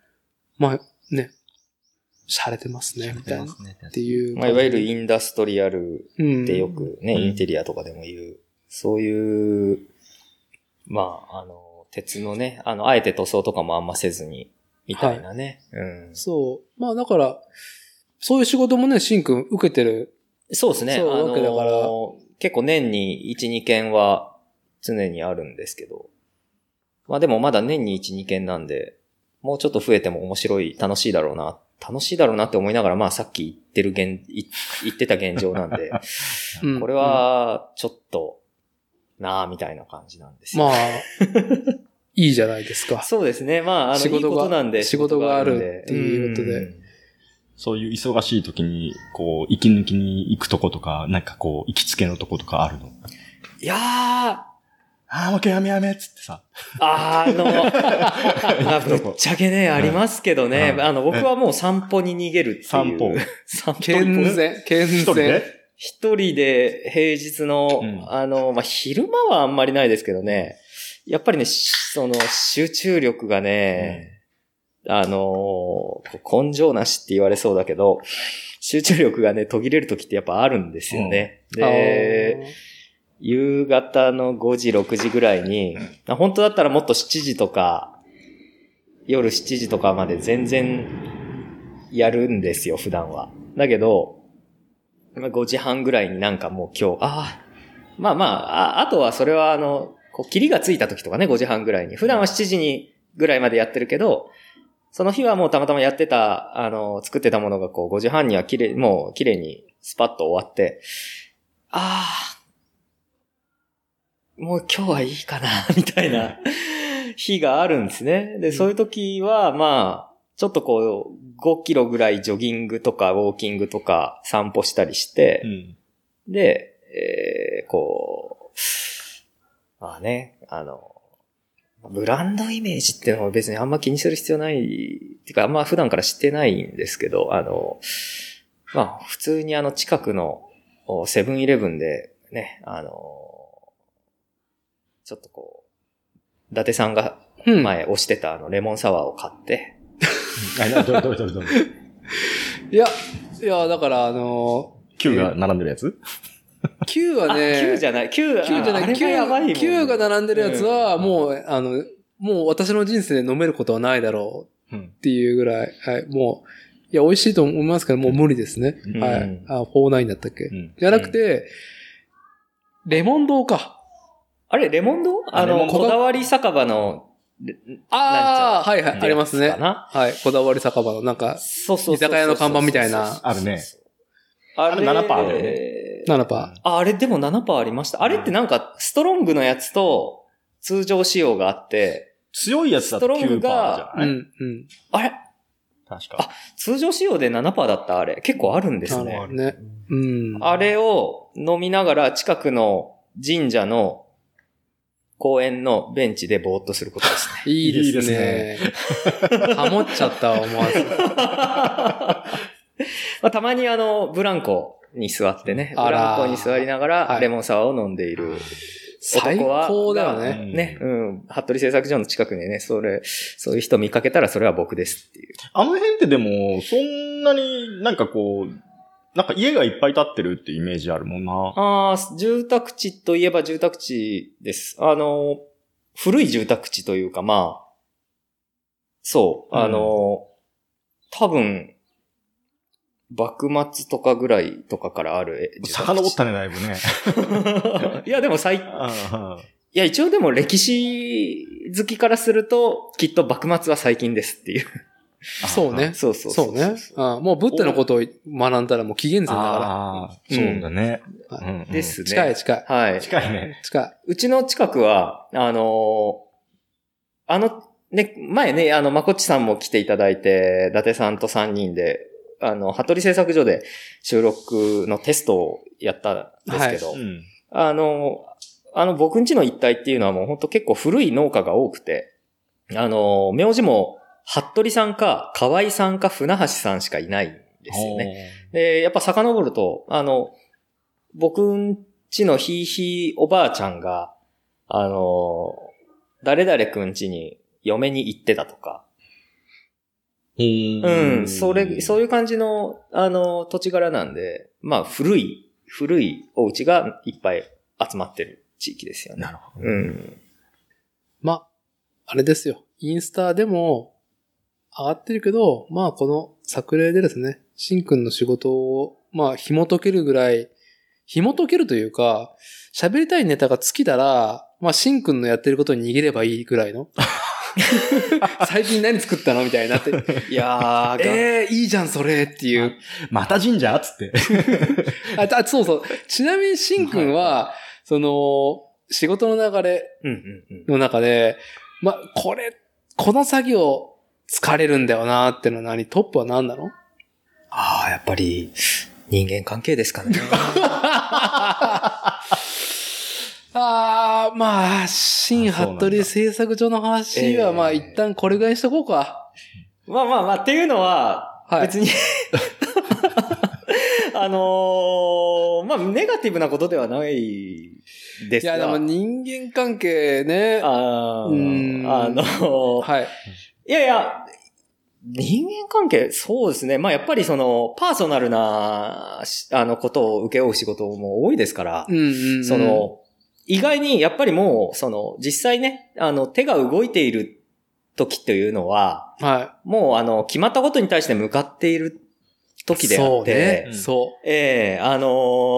Speaker 1: まあね、洒落てますね、みたいな。っていう。
Speaker 3: まあ、いわゆるインダストリアルってよくね、うん、インテリアとかでも言う、そういう、まあ、あの、鉄のね、あの、あえて塗装とかもあんませずに、みたいなね。はい、うん、
Speaker 1: そう。まあ、だから、そういう仕事もね、シンくん受けてる。
Speaker 3: そうですね。そういうわけだから、あのー、結構年にいち、にけんは常にあるんですけど。まあでもまだ年にいち、にけんなんで、もうちょっと増えても面白い、楽しいだろうな。楽しいだろうなって思いながら、まあさっき言ってる現、言ってた現状なんで、うん、これはちょっとなぁみたいな感じなんですよ。
Speaker 1: まあ、いいじゃないですか。
Speaker 3: そうですね。まあ、あの、いいことなんで。
Speaker 1: 仕事があるっていうことで。
Speaker 2: そういう忙しい時に、こう、息抜きに行くとことか、なんかこう、行きつけのとことかあるの？
Speaker 3: いやー、あ
Speaker 2: あ、もう今日やめやめっつってさ。
Speaker 3: あの、まあ、ぶっちゃけね、ありますけどね。うん、あの、僕はもう散歩に逃げるっていう。
Speaker 2: 散歩。
Speaker 3: 散歩。
Speaker 1: 健全、健全。
Speaker 3: 一人で平日の、うん、あの、まあ、昼間はあんまりないですけどね。やっぱりね、その、集中力がね、うん、あの、根性なしって言われそうだけど、集中力がね、途切れる時ってやっぱあるんですよね。うん、で、夕方のごじ、ろくじぐらいに、うん、本当だったらもっとしちじとか、夜しちじとかまで全然やるんですよ、普段は。だけど、ごじはんぐらいになんかもう今日、ああ、まあまあ、あ、あとはそれはあの、こう、霧がついた時とかね、ごじはんぐらいに。普段はしちじにぐらいまでやってるけど、その日はもうたまたまやってた、あの、作ってたものがこう、ごじはんには綺麗、もう綺麗にスパッと終わって、ああ、もう今日はいいかな、みたいな日があるんですね。で、そういう時は、まあ、ちょっとこう、ごキロぐらいジョギングとかウォーキングとか散歩したりして、うん、で、えー、こう、まあね、あの、ブランドイメージっていうのも別にあんま気にする必要ない、っていうかあんま普段から知ってないんですけど、あの、まあ普通にあの近くのセブンイレブンでね、あの、ちょっとこう、伊達さんが前推してたあのレモンサワーを買って、
Speaker 2: うん、どれどれどれどれ
Speaker 1: いや、いや、だからあの、
Speaker 2: Q が並んでるやつ
Speaker 1: Q はね、
Speaker 3: Q じゃない、Q、
Speaker 1: Q じゃない、Q、Q が並んでるやつは、もう、あの、もう私の人生で飲めることはないだろうっていうぐらい、はい、もう、いや、美味しいと思いますけど、もう無理ですね。うん、はい。あ、フォーナインだったっけ、うん、じゃなくて、レモン堂か。
Speaker 3: あれ、レモン堂あの、こだわり酒場の、
Speaker 1: ああ、はいはい、ありますね。はい。こだわり酒場の、なんか、
Speaker 3: そうそう。
Speaker 1: 居酒屋の看板みたいな。
Speaker 2: あるね。
Speaker 3: あれ
Speaker 2: ななパーセント だよね。
Speaker 1: ななパーセント。
Speaker 3: あ、あれでも ななパーセント ありました。あれってなんか、ストロングのやつと、通常仕様があって、
Speaker 2: 強いやつだと きゅうパーセント じゃない？うん、うん。
Speaker 3: あれ
Speaker 2: 確か。
Speaker 3: あ、通常仕様で ななパーセント だったあれ。結構あるんですね。
Speaker 1: あるね。うん。
Speaker 3: あれを飲みながら近くの神社の公園のベンチでぼーっとすることですね。
Speaker 1: いいですね。ハモっちゃった思わず。
Speaker 3: まあ、たまにあの、ブランコに座ってね、ブランコに座りながらレモンサワーを飲んでいる男は、
Speaker 1: 最高だよね。
Speaker 3: ね、うん。服部製作所の近くにね、それ、そういう人見かけたらそれは僕ですっていう。
Speaker 2: あの辺ってでも、そんなになんかこう、なんか家がいっぱい建ってるってイメージあるもんな。
Speaker 3: ああ、住宅地といえば住宅地です。あの、古い住宅地というかまあ、そう、あの、うん、多分、幕末とかぐらいとかからある。
Speaker 2: 遡ったね、だいぶね。
Speaker 3: いや、でも最、いや、一応でも歴史好きからすると、きっと幕末は最近ですっていう。
Speaker 1: そうね。
Speaker 3: そうそうそう。
Speaker 1: そうね。あもうブッダのことを学んだらもう紀元前だから。
Speaker 2: ああ、そうだね。
Speaker 3: うん、ですね。
Speaker 1: 近い近い。
Speaker 3: はい。
Speaker 2: 近いね。
Speaker 1: 近い。
Speaker 3: うちの近くは、あのー、あの、ね、前ね、あの、まこっちさんも来ていただいて、伊達さんとさんにんで、あの、服部製作所で収録のテストをやったんですけど、はいうん、あの、あの、僕ん家の一帯っていうのはもうほんと結構古い農家が多くて、あの、名字も、服部さんか、河合さんか、船橋さんしかいないんですよね。で、やっぱ遡ると、あの、僕ん家のひいひいおばあちゃんが、あの、誰々くん家に嫁に行ってたとか、 うん、それ、そういう感じの、あの、土地柄なんで、まあ、古い、古いお家がいっぱい集まってる地域ですよね。
Speaker 2: なるほど。
Speaker 3: うん。
Speaker 1: まあ、あれですよ。インスタでも上がってるけど、まあ、この作例でですね、しんくんの仕事を、まあ、紐解けるぐらい、紐解けるというか、喋りたいネタが尽きたら、まあ、しんくんのやってることに逃げればいいぐらいの。最近何作ったのみたいになって。
Speaker 3: いやー、
Speaker 1: えー、いいじゃん、それっていう。
Speaker 2: また神社つって。
Speaker 1: あ、あ、そうそう。ちなみにしんくんは、はい、その、仕事の流れの中で、うんうんうん、ま、これ、この作業疲れるんだよなーってのは何？トップは何なの？
Speaker 3: ああ、やっぱり、人間関係ですかね。
Speaker 1: ああ、まあ、新服部製作所の話は、まあ、一旦これぐらいにしとこうか。
Speaker 3: まあまあまあ、っていうのは、別に、はい、あのー、まあ、ネガティブなことではないですが。
Speaker 1: いや、でも人間関係ね。
Speaker 3: あうん、あのー、はい。いやいや、人間関係、そうですね。まあやっぱりその、パーソナルな、あの、ことを請け負う仕事も多いですから、
Speaker 1: うんうんうん、
Speaker 3: その、意外にやっぱりもう、その、実際ね、あの、手が動いている時というのは、
Speaker 1: はい。
Speaker 3: もうあの、決まったことに対して向かっている時であって、
Speaker 1: そうね。そう。
Speaker 3: ええー、あの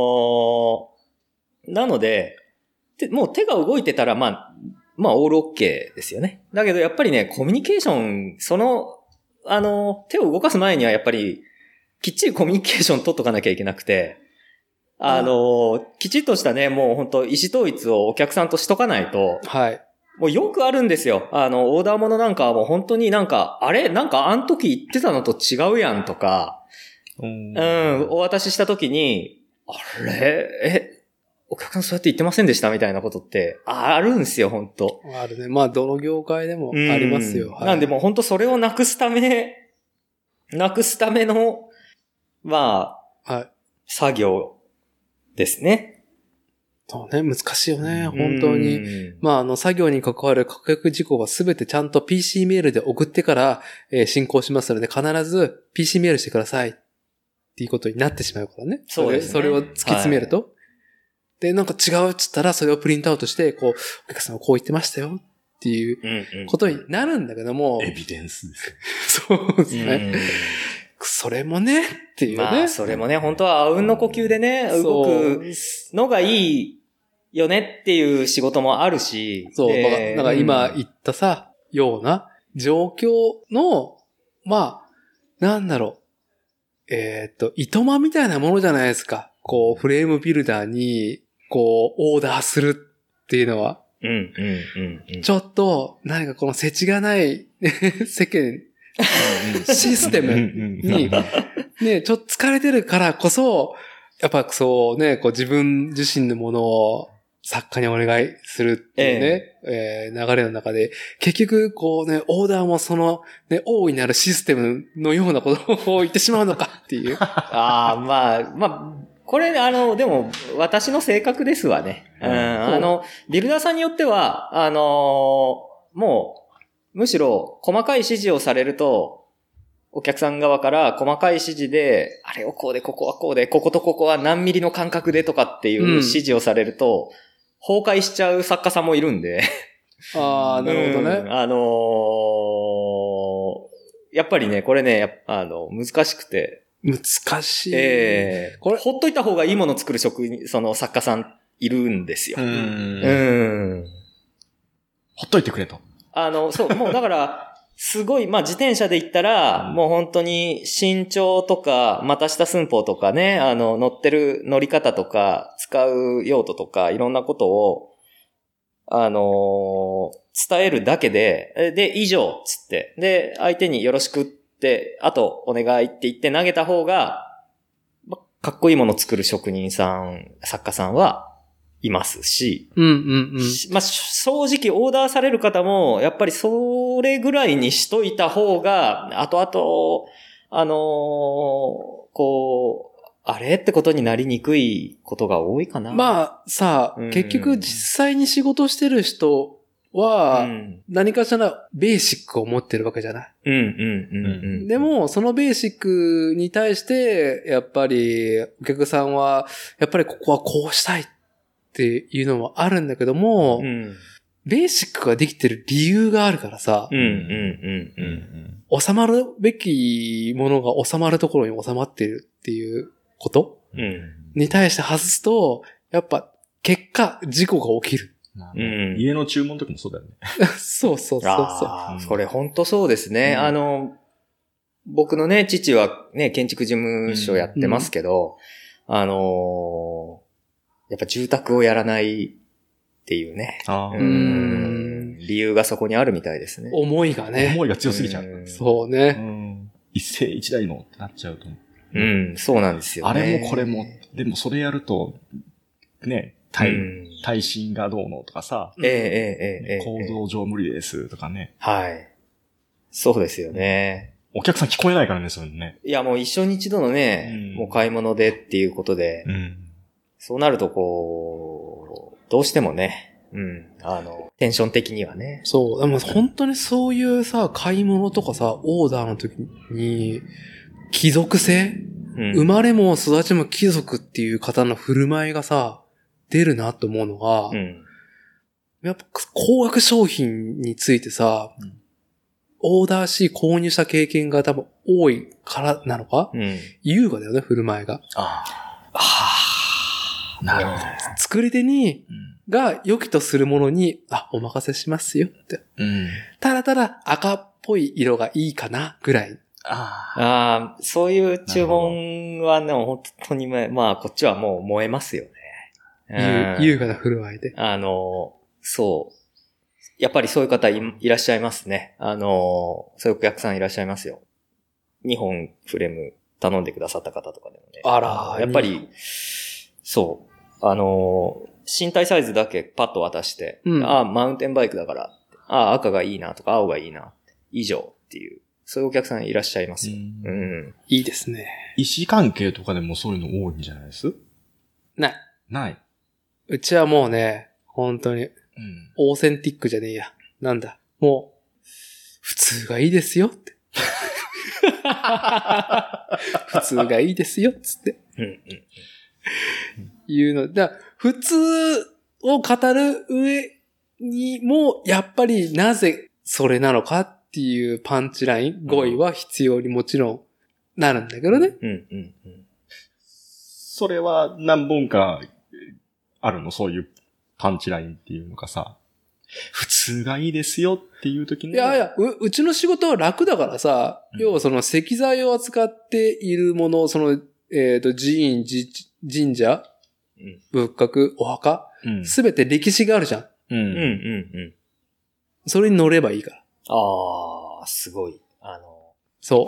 Speaker 3: ー、なので、もう手が動いてたら、まあ、まあ、オールオッケーですよね。だけどやっぱりね、コミュニケーション、その、あの、手を動かす前にはやっぱり、きっちりコミュニケーション取っとかなきゃいけなくて、あの、きちっとしたね、もう本当意思統一をお客さんとしとかないと、
Speaker 1: はい。
Speaker 3: もうよくあるんですよ。あの、オーダーものなんかはもう本当になんか、あれなんかあの時言ってたのと違うやんとか、うん、うん、お渡しした時に、あれえ、お客さんそうやって言ってませんでしたみたいなことってあるんですよ、本当
Speaker 1: あるね。まあ、どの業界でもありますよ。
Speaker 3: はい、なんでもう本当それをなくすため、なくすための、まあ、はい、作業ですね。
Speaker 1: そうね、難しいよね、本当に。まあ、あの、作業に関わる確約事項はすべてちゃんと ピーシー メールで送ってから、えー、進行しますので、必ず ピーシー メールしてくださいっていうことになってしまうからね。
Speaker 3: そうですね。
Speaker 1: それを突き詰めると。はい、で、なんか違うっつったら、それをプリントアウトして、こう、お客さんはこう言ってましたよっていうことになるんだけども。
Speaker 2: エビデンスですね。
Speaker 1: そうですね。それもね、っていうね。
Speaker 3: まあ、それもね、本当はあうんの呼吸でね、動くのがいいよねっていう仕事もあるし。
Speaker 1: そう、だから、だから今言ったさ、うん、ような状況の、まあ、なんだろう。えっと、いとまみたいなものじゃないですか。こう、フレームビルダーに、こう、オーダーするっていうのは。
Speaker 3: うん、うん、うん。
Speaker 1: ちょっと、何かこの世知がない世間、システムに、ね、ちょっと疲れてるからこそ、やっぱそうね、こう自分自身のものを作家にお願いするっていうね、えー、えー、流れの中で、結局こうね、オーダーもそのね、大いなるシステムのようなことを言ってしまうのかっていう。
Speaker 3: ああ、まあ、まあ、これ、あの、でも、私の性格ですわね。うん、あの、ビルダーさんによっては、あのー、もう、むしろ、細かい指示をされると、お客さん側から細かい指示で、あれをこうで、ここはこうで、こことここは何ミリの間隔でとかっていう指示をされると、うん、崩壊しちゃう作家さんもいるんで。
Speaker 1: ああ、なるほどね。
Speaker 3: うん、あのー、やっぱりね、これね、あの、難しくて。
Speaker 1: 難しい。
Speaker 3: ええー、これ、ほっといた方がいいものを作る職人、その作家さんいるんですよ。うん。うん。
Speaker 2: ほっといてくれと。
Speaker 3: あの、そう、もうだから、すごい、まあ、自転車で行ったら、もう本当に身長とか、股下寸法とかね、あの、乗ってる乗り方とか、使う用途とか、いろんなことを、あのー、伝えるだけで、で、以上、つって、で、相手によろしくって、あと、お願いって言って投げた方が、かっこいいものを作る職人さん、作家さんはいますし、
Speaker 1: うんうんうん。
Speaker 3: まあ、正直オーダーされる方も、やっぱりそれぐらいにしといた方が、後々、あのー、こう、あれってことになりにくいことが多いかな。
Speaker 1: まあさ、うん、結局実際に仕事してる人は、何かしらベーシックを持ってるわけじゃない。
Speaker 3: うんうんうんうん。
Speaker 1: でも、そのベーシックに対して、やっぱり、お客さんは、やっぱりここはこうしたいっていうのもあるんだけども、うん、ベーシックができてる理由があるからさ、
Speaker 3: うんうんうん
Speaker 1: うん、収まるべきものが収まるところに収まってるっていうこと、うん、に対して外すと、やっぱ、結果、事故が起きる。
Speaker 2: うん、家の注文の時もそうだよね。
Speaker 1: そうそうそうそう。
Speaker 3: あこれ本当そうですね。うん、あの、僕のね、父はね、建築事務所やってますけど、うん、あのー、やっぱ住宅をやらないっていうね。あうん、理由がそこにあるみたいですね。
Speaker 1: 思いがね。
Speaker 2: 思いが強すぎちゃう。う
Speaker 1: そうね、
Speaker 2: うん。一世一代のってなっちゃうと。
Speaker 3: うん、そうなんですよね。
Speaker 2: あれもこれも。でもそれやると、ね、耐、うん、耐震がどうのとかさ。
Speaker 3: ええええええ。
Speaker 2: 構造上無理ですとかね。
Speaker 3: はい。そうですよね。
Speaker 2: お客さん聞こえないからね、そういうのね。
Speaker 3: いや、もう一生に一度のね、うん、もう買い物でっていうことで、うん、そうなるとこう、どうしてもね、うん、あの、テンション的にはね。
Speaker 1: そう、でも本当にそういうさ、買い物とかさ、オーダーの時に、貴族性、うん、生まれも育ちも貴族っていう方の振る舞いがさ、出るなと思うのが、うん、やっぱ高額商品についてさ、うん、オーダーし購入した経験が多分多いからなのか、うん、優雅だよね、振る舞いが。あ
Speaker 2: あ。なるほど。
Speaker 1: 作り手に、うん、が良きとするものに、あ、お任せしますよって。うん、ただただ赤っぽい色がいいかな、ぐらい。
Speaker 3: ああ、そういう注文はね、本当に、まあ、こっちはもう燃えますよね。
Speaker 1: 優雅な振る舞いで。
Speaker 3: あの、そう。やっぱりそういう方 い, いらっしゃいますね。あの、そういうお客さんいらっしゃいますよ。にほんフレーム頼んでくださった方とかでもね。
Speaker 1: あら、
Speaker 3: やっぱり、そう。あの、身体サイズだけパッと渡して、うん、ああ、マウンテンバイクだから、ああ、赤がいいなとか青がいいな、以上っていう。そういうお客さんいらっしゃいますよ。うん。うん、
Speaker 1: いいですね。
Speaker 2: 医師関係とかでもそういうの多いんじゃないです？
Speaker 1: ない。
Speaker 2: ない。
Speaker 1: うちはもうね、本当に、うん、オーセンティックじゃねえや。なんだ。もう、普通がいいですよって。普通がいいですよっつって。うんうん、言うの。だ普通を語る上にも、やっぱりなぜそれなのかっていうパンチライン、語彙は必要にもちろんなるんだけどね。うんうんうん、
Speaker 2: それは何本かあるの？そういうパンチラインっていうのかさ。普通がいいですよっていう時に。
Speaker 1: いやいや、う、うちの仕事は楽だからさ、うん、要はその石材を扱っているもの、その、えっと、寺院、神社、うん、仏閣、お墓、すべ、うん、て歴史があるじゃん。うん。うんうんうん。それに乗ればいいから。
Speaker 3: ああ、すごい。あの。
Speaker 1: そう。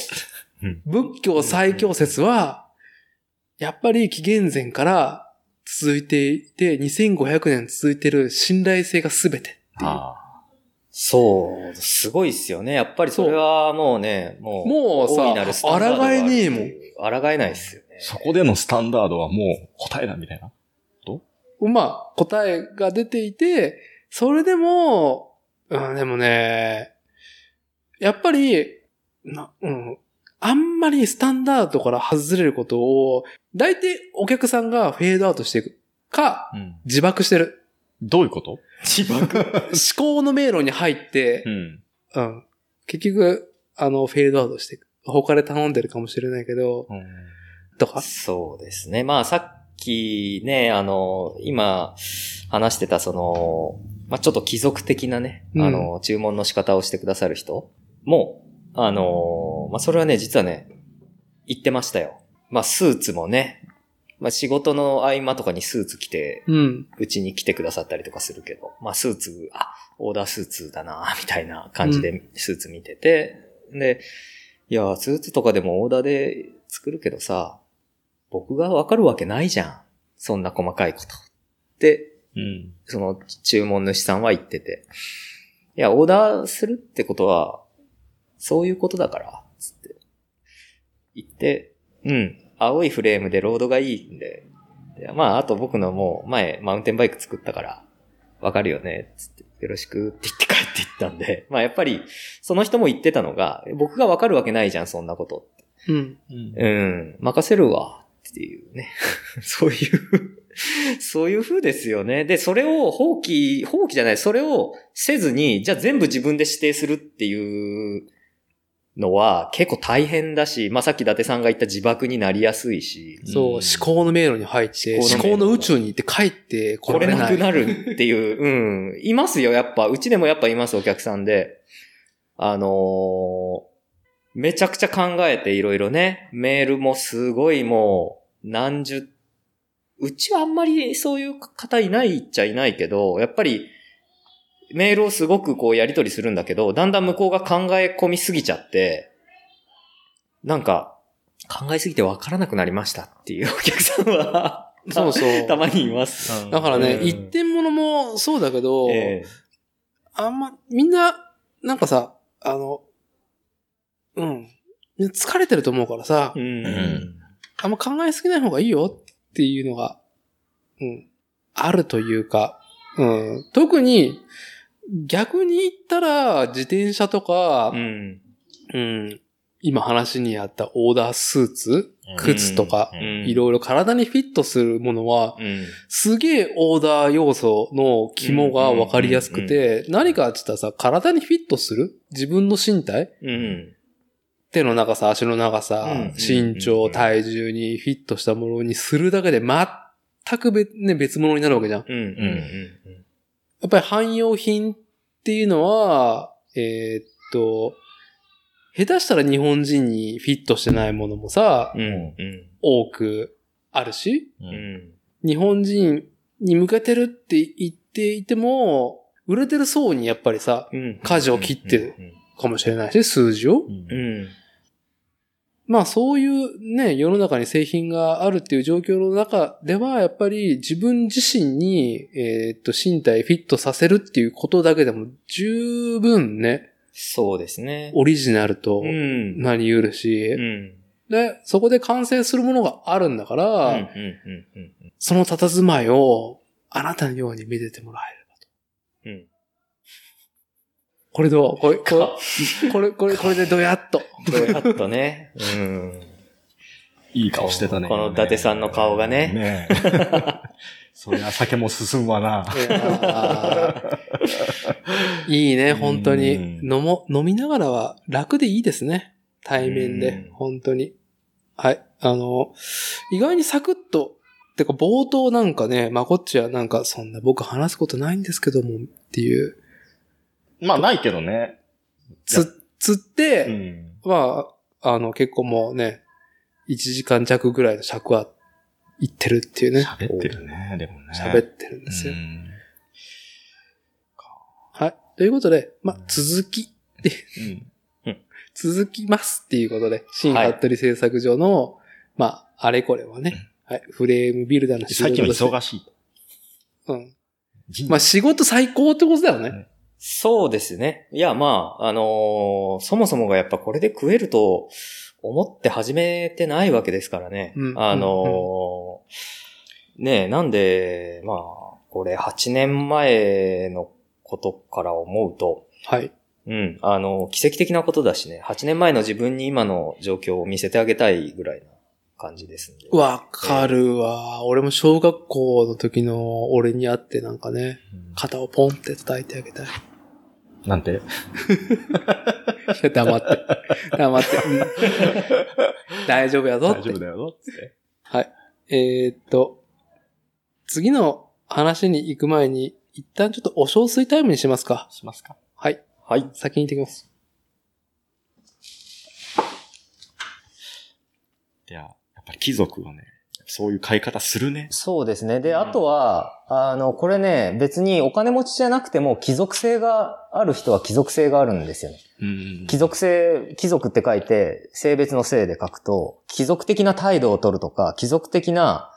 Speaker 1: 仏教最強説は、やっぱり紀元前から続いていて、にせんごひゃくねん続いている信頼性がすべて。ああ、
Speaker 3: そう、すごいっすよね。やっぱりそれはもうね、もう、
Speaker 1: もうさ、抗えねえもん。
Speaker 3: 抗えないっすよね。
Speaker 2: そこでのスタンダードはもう答えだみたいなと？
Speaker 1: まあ、答えが出ていて、それでも、うん、でもね、やっぱり、な、うん、あんまりスタンダードから外れることを、大体お客さんがフェードアウトしていくか、うん、自爆してる。
Speaker 2: どういうこと？
Speaker 3: 自爆
Speaker 1: 思考の迷路に入って、うん。うん。結局、あの、フェードアウトしていく。他で頼んでるかもしれないけど、うん、とか。
Speaker 3: そうですね。まあ、さっきね、あの、今、話してたその、まあ、ちょっと貴族的なね、うん、あの、注文の仕方をしてくださる人も、あの、まあ、それはね、実はね、言ってましたよ。まあ、スーツもね、まあ仕事の合間とかにスーツ着て、うん。うちに来てくださったりとかするけど、まあスーツ、あ、オーダースーツだな、みたいな感じでスーツ見てて、うん、で、いや、スーツとかでもオーダーで作るけどさ、僕がわかるわけないじゃん。そんな細かいこと。って、うん、その注文主さんは言ってて、いや、オーダーするってことは、そういうことだから、つって。言って、うん。青いフレームでロードがいいんで、まあ、あと僕のもう前、マウンテンバイク作ったから、わかるよね、つって。 よろしくって言って帰っていったんで、まあやっぱり、その人も言ってたのが、僕がわかるわけないじゃん、そんなこと。
Speaker 1: うん。
Speaker 3: うん、任せるわ、っていうね。そういうそういう風ですよね。で、それを放棄、放棄じゃない、それをせずに、じゃあ全部自分で指定するっていうのは結構大変だし、まあさっき伊達さんが言った自爆になりやすいし。
Speaker 1: そう、思考の迷路に入って、思考の宇宙に行って帰って
Speaker 3: これなくなるっていう、うん。いますよ、やっぱ。うちでもやっぱいます、お客さんで。あのー、めちゃくちゃ考えていろいろね、メールもすごいもう何十、うちはあんまりそういう方いないっちゃいないけど、やっぱりメールをすごくこうやり取りするんだけど、だんだん向こうが考え込みすぎちゃって、なんか考えすぎてわからなくなりましたっていうお客さんは
Speaker 1: そうそう
Speaker 3: たまにいます。
Speaker 1: だからね、うん、一点物もそうだけど、えー、あんまみんななんかさ、あのうん。疲れてると思うからさ、うん、あんま考えすぎない方がいいよっていうのが、うん、あるというか、うん、特に逆に言ったら自転車とか、うんうん、今話にあったオーダースーツ、靴とか、うん、いろいろ体にフィットするものは、うん、すげえオーダー要素の肝が分かりやすくて、何かって言ったらさ、体にフィットする自分の身体、うん手の長さ、足の長さ、うん、身長、体重にフィットしたものにするだけで全く別、ね、別物になるわけじゃん。うんうんうんうん、やっぱり汎用品っていうのは、えー、っと、下手したら日本人にフィットしてないものもさ、うんうん、多くあるし、うん、日本人に向けてるって言っていても、売れてる層にやっぱりさ、うん、舵を切ってるかもしれないし、数字を。うんうんまあそういうね、世の中に製品があるっていう状況の中では、やっぱり自分自身に、えー、っと、身体フィットさせるっていうことだけでも十分ね。
Speaker 3: そうですね。
Speaker 1: オリジナルとなり得るし、うん、で、そこで完成するものがあるんだから、うんうんうんうん、その佇まいをあなたのように見ててもらえればと。うんこれどうこれ、これ、これ、これ、これでどやっと。
Speaker 3: どやっとね。うん。
Speaker 2: いい顔してたね。
Speaker 3: この伊達さんの顔がね。ね
Speaker 2: え。そりゃ酒も進むわな。
Speaker 1: いいね、本当に。飲も、飲みながらは楽でいいですね。対面で。本当に。はい。あの、意外にサクッと、てか冒頭なんかね、まあこっちはなんかそんな僕話すことないんですけどもっていう。
Speaker 2: まあ、ないけどね。
Speaker 1: つ、釣って、うん、まあ、あの、結構もうね、いちじかん弱ぐらいの尺は、いってるっていうね。
Speaker 2: 喋ってるね、でもね。
Speaker 1: 喋ってるんですよ。はい。ということで、まあ、続きで、うん、続きますっていうことで、新服部製作所の、はい、まあ、あれこれはね、うん、はい、フレームビルダーの
Speaker 2: 仕事で。最近は忙しい。
Speaker 1: うん。まあ、仕事最高ってことだよね。うん
Speaker 3: そうですね。いや、まあ、あのー、そもそもがやっぱこれで食えると思って始めてないわけですからね。うん、あのーうん、ねえ、なんで、まあ、これはちねんまえのことから思うと、はい。うん、あの、奇跡的なことだしね、はちねんまえの自分に今の状況を見せてあげたいぐらいな感じですんで。
Speaker 1: わかるわ、えー。俺も小学校の時の俺に会ってなんかね、うん、肩をポンって叩いてあげたい。
Speaker 2: なんてい
Speaker 1: や、黙って。黙って。うん、大丈夫やぞって。
Speaker 2: 大丈夫だよぞって。
Speaker 1: はい。えー、っと、次の話に行く前に、一旦ちょっとお小水タイムにしますか。
Speaker 2: しますか。
Speaker 1: はい。はい。先に行ってきます。
Speaker 2: いや、やっぱり貴族はね、そういう買い方するね。
Speaker 3: そうですね。で、あとは、あの、これね、別にお金持ちじゃなくても貴族性がある人は貴族性があるんですよね。うん、貴族性、貴族って書いて、性別の性で書くと、貴族的な態度を取るとか、貴族的な、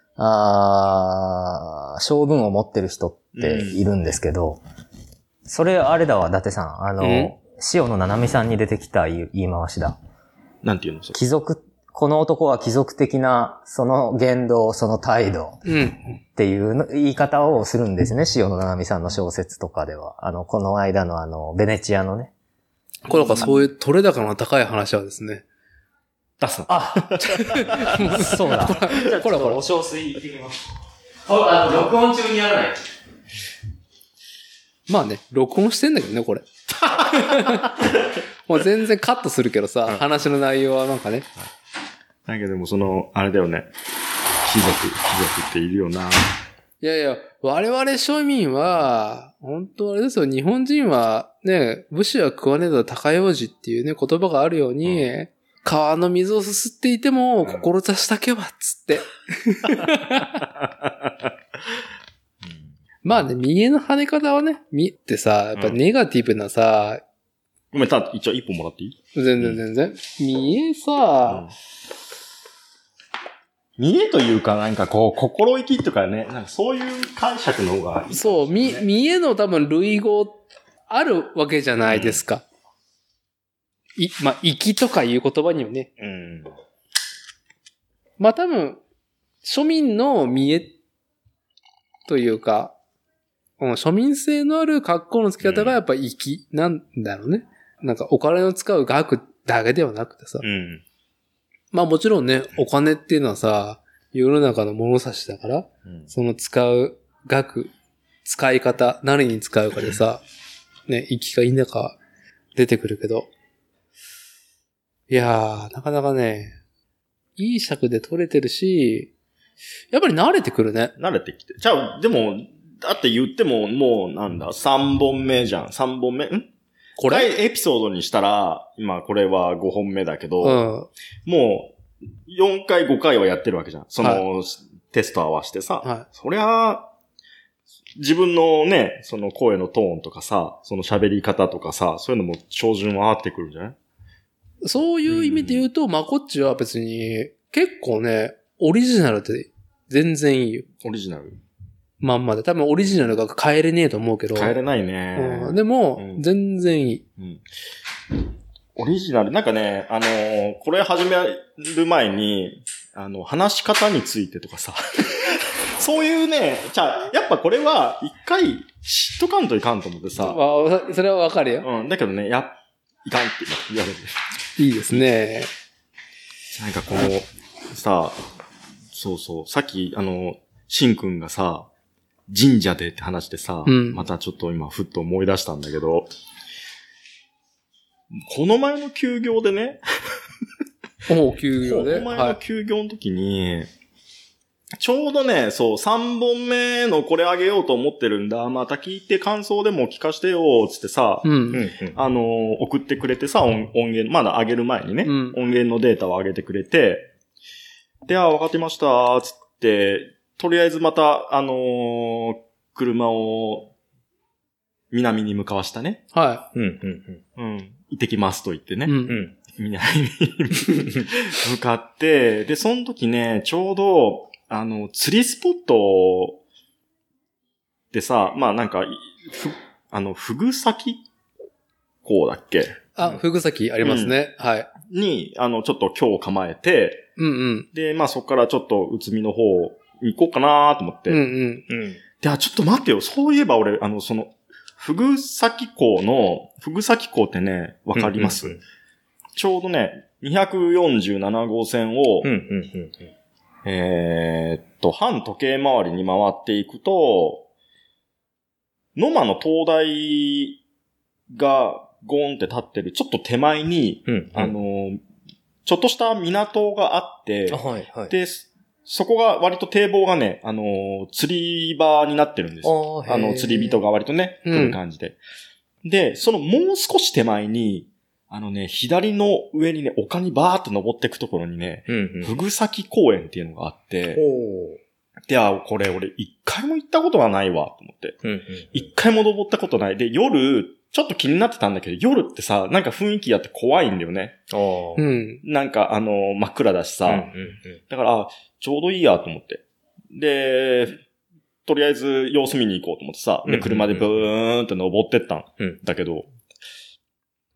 Speaker 3: あー、性分を持ってる人っているんですけど、うん、それあれだわ、伊達さん。あの、うん、塩野七海さんに出てきた言い回しだ。
Speaker 2: なんていうのそれ。
Speaker 3: 貴族、 この男は貴族的な、その言動、その態度っていうの、言い方をするんですね。塩野七海さんの小説とかでは。あの、この間のあの、ベネチアのね。
Speaker 1: これなんかそういう取れ高の高い話はですね。
Speaker 2: 出すの。
Speaker 3: あそうだ。
Speaker 1: ほらほら。
Speaker 3: お小水行ってきます。あ、録音中にやらない。
Speaker 1: まあね、録音してんだけどね、これ。もう全然カットするけどさ、うん、話の内容はなんかね。
Speaker 2: だけどもその、あれだよね。貴族、貴族っているよな。
Speaker 1: いやいや、我々庶民は、本当あれですよ、日本人はね、武士は食わねえと高用事っていうね、言葉があるように、うん、川の水をすすっていても、うん、志だけは、つって。まあね、見栄の跳ね方はね、見ってさ、やっぱネガティブなさ、
Speaker 2: ごめん、た、一応一本もらっていい？
Speaker 1: 全然全然。見栄さ、
Speaker 2: うん、見栄というかなんかこう、心意気とかね、なんかそういう解釈の方がいい、ね。
Speaker 1: そう、見、見栄の多分類語あるわけじゃないですか。うん、い、まあ、意気とかいう言葉にもね。うん、まあ多分、庶民の見栄というか、うん、庶民性のある格好の付き方がやっぱ粋なんだろうね。なんかお金を使う額だけではなくてさ。うん、まあもちろんね、お金っていうのはさ、世の中の物差しだから、うん、その使う額、使い方、何に使うかでさ、ね、粋か否か出てくるけど。いやー、なかなかね、いい尺で撮れてるし、やっぱり慣れてくるね。
Speaker 2: 慣れてきて。じゃあ、でも、だって言っても、もうなんだ、さんぼんめじゃん。さんぼんめんこれエピソードにしたら、今これはごほんめだけど、うん、もう、よんかいごかいはやってるわけじゃん。その、はい、テスト合わせてさ。はい、そりゃ、自分のね、その声のトーンとかさ、その喋り方とかさ、そういうのも照準は合ってくるんじゃない？
Speaker 1: そういう意味で言うと、うん、まこっちは別に、結構ね、オリジナルって全然いいよ。
Speaker 2: オリジナル
Speaker 1: まんまで。多分オリジナルが変えれねえと思うけど。
Speaker 2: 変えれないね。
Speaker 1: うん、でも、うん、全然いい、うん。
Speaker 2: オリジナル、なんかね、あのー、これ始める前に、あの、話し方についてとかさ、そういうね、じゃあ、やっぱこれは一回知っとかんといかんと思ってさ。
Speaker 1: まあ、それはわかるよ。
Speaker 2: うん、だけどね、や、いかんって言われる。
Speaker 1: いいですね。
Speaker 2: なんかこう、さ、そうそう、さっき、あの、しんくんがさ、神社でって話でさ、うん、またちょっと今ふっと思い出したんだけど、この前の休業でね、
Speaker 1: おう、休業で。
Speaker 2: この前の休業の時に、はい、ちょうどね、そう、さんぼんめのこれあげようと思ってるんだ。また聞いて感想でも聞かしてよ、つってさ、うん、あの、送ってくれてさ、音, 音源、まだあげる前にね、うん、音源のデータを上げてくれて、で、あ、わかってました、つって、とりあえずまた、あのー、車を南に向かわしたね。
Speaker 1: はい。
Speaker 2: うん、うん、うん。うん。行ってきますと言ってね。うん、うん。南に向かって、で、その時ね、ちょうど、あの、釣りスポットでさ、まあなんか、ふ、あの、ふぐさき港だっけ？
Speaker 1: あ、ふぐさきありますね。うん、はい。
Speaker 2: に、あの、ちょっと今日構えて、
Speaker 1: うんうん。
Speaker 2: で、まあそこからちょっとうつみの方行こうかなと思って。うんうん。うん。で、あ、ちょっと待ってよ。そういえば俺、あの、その、ふぐさき港の、ふぐさき港ってね、わかります、うんうんうん、ちょうどね、にひゃくよんじゅうななごうせんを、うんうんうんうん、えー、っと、反時計回りに回っていくと、野間の灯台がゴーンって立ってる、ちょっと手前に、うんうん、あの、ちょっとした港があって、はいはい、で、そこが割と堤防がね、あのー、釣り場になってるんですよ。あ, あの、釣り人が割とね、来る感じで、うん。で、そのもう少し手前に、あのね、左の上にね、丘にバーって登っていくところにね、うんうん、ふぐさき公園っていうのがあって、で、あ、これ俺一回も行ったことがないわ、と思って。一、うんうん、回も登ったことない。で、夜、ちょっと気になってたんだけど、夜ってさ、なんか雰囲気あって怖いんだよね。うん、なんかあの、真っ暗だしさ。うんうんうん、だから、あ、ちょうどいいやと思って。で、とりあえず様子見に行こうと思ってさ、で、車でブーンって登ってったんだけど、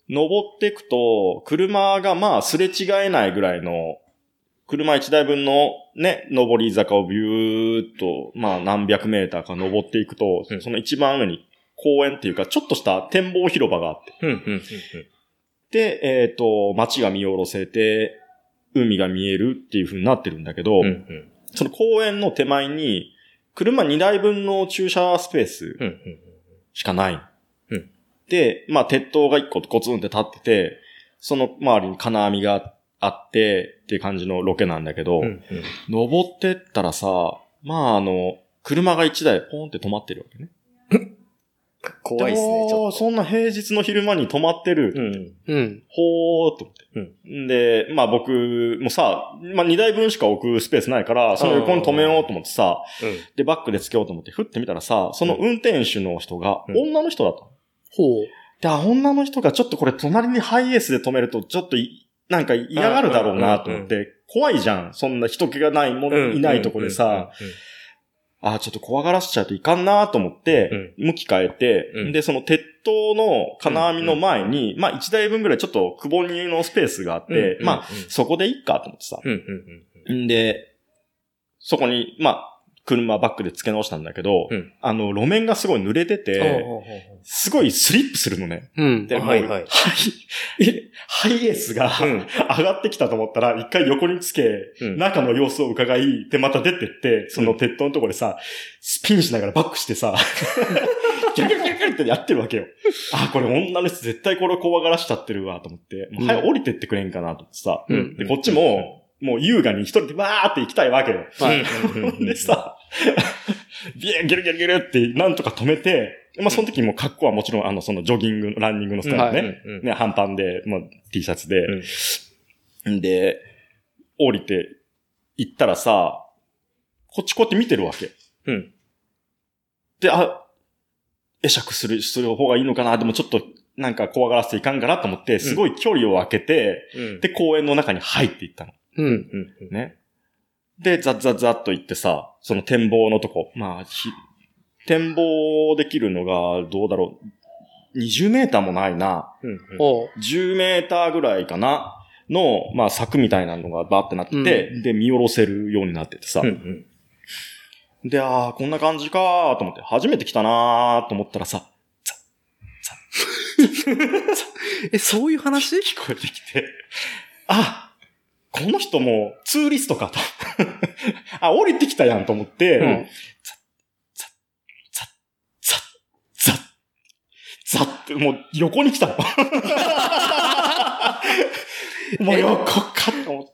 Speaker 2: 登っていくと、車がまあすれ違えないぐらいの、車一台分のね、上り坂をビューっと、まあ何百メーターか登っていくと、うん、その一番上に公園っていうか、ちょっとした展望広場があって。
Speaker 3: うんうんうんうん、
Speaker 2: で、えっと、街が見下ろせて、海が見えるっていう風になってるんだけど、うんうん、その公園の手前に、車にだいぶんの駐車スペースしかない。
Speaker 3: うんうん、
Speaker 2: で、まあ鉄塔が一個コツンって立ってて、その周りに金網があってっていう感じのロケなんだけど、うんうん、登ってったらさ、まああの、車が一台ポンって止まってるわけね。
Speaker 3: 怖いっすね、ちょっと。
Speaker 2: そんな平日の昼間に止まってる。
Speaker 1: うん。うん。
Speaker 2: ほーっと思って。うん。で、まあ僕もさ、まあにだいぶんしか置くスペースないから、その横に止めようと思ってさ、うん、で、バックでつけようと思って、ふってみたらさ、その運転手の人が女の人だった。うん、
Speaker 1: ほう。
Speaker 2: で、あ、女の人がちょっとこれ隣にハイエースで止めると、ちょっとなんか嫌がるだろうなと思って、怖いじゃん。そんな人気がないもん、いないとこでさ、ああ、ちょっと怖がらせちゃうといかんなと思って、向き変えて、うん、で、その鉄塔の金網の前に、うん、まあ一台分ぐらいちょっとくぼにのスペースがあって、うん、まあ、そこでいいかと思ってさ。んで、そこに、まあ、車バックで付け直したんだけど、うん、あの、路面がすごい濡れてて、すごいスリップするのね。
Speaker 1: うん、
Speaker 2: で、はいはい。ハイエースが、うん、上がってきたと思ったら、一回横につけ、うん、中の様子を伺い、で、また出てって、その鉄塔のところでさ、スピンしながらバックしてさ、ギャルギャルギャルギャルってやってるわけよ。あ、これ女の人絶対これ怖がらしちゃってるわ、と思って、もう早く降りてってくれんかなと思ってさ、うん、で、こっちも、もう優雅に一人でバーって行きたいわけよ。でさ、ビューギュルギュルギュルってなんとか止めて、まあその時も格好はもちろんあのそのジョギング、ランニングのスタイルね。はい、ね、半パンで、まあ T シャツで。うん、で、降りて行ったらさ、こっちこうやって見てるわけ。
Speaker 3: うん、
Speaker 2: で、あ、会釈する、する方がいいのかな、でもちょっとなんか怖がらせていかんかなと思って、すごい距離を空けて、うん、で、公園の中に入っていったの。
Speaker 1: うんうんうん、
Speaker 2: ね。で、ザッザッザッと行ってさ、その展望のとこ、まあ、展望できるのが、どうだろう、にじゅうメーターもないな、
Speaker 1: うんうん、
Speaker 2: じゅうメーターぐらいかな、の、まあ、柵みたいなのがバーってなってて、うん、で、見下ろせるようになっててさ、
Speaker 3: うんうん、
Speaker 2: で、ああ、こんな感じかーと思って、初めて来たなーと思ったらさ、ザッ、ザッ、
Speaker 1: ザッ、え、そういう話？
Speaker 2: 聞こえてきて、あ、この人もツーリストかと。あ、降りてきたやんと思って、うん、ザッ、ザッ、ザッ、ザッ、ザッ、ザッってもう横に来たの。もう横かと思って、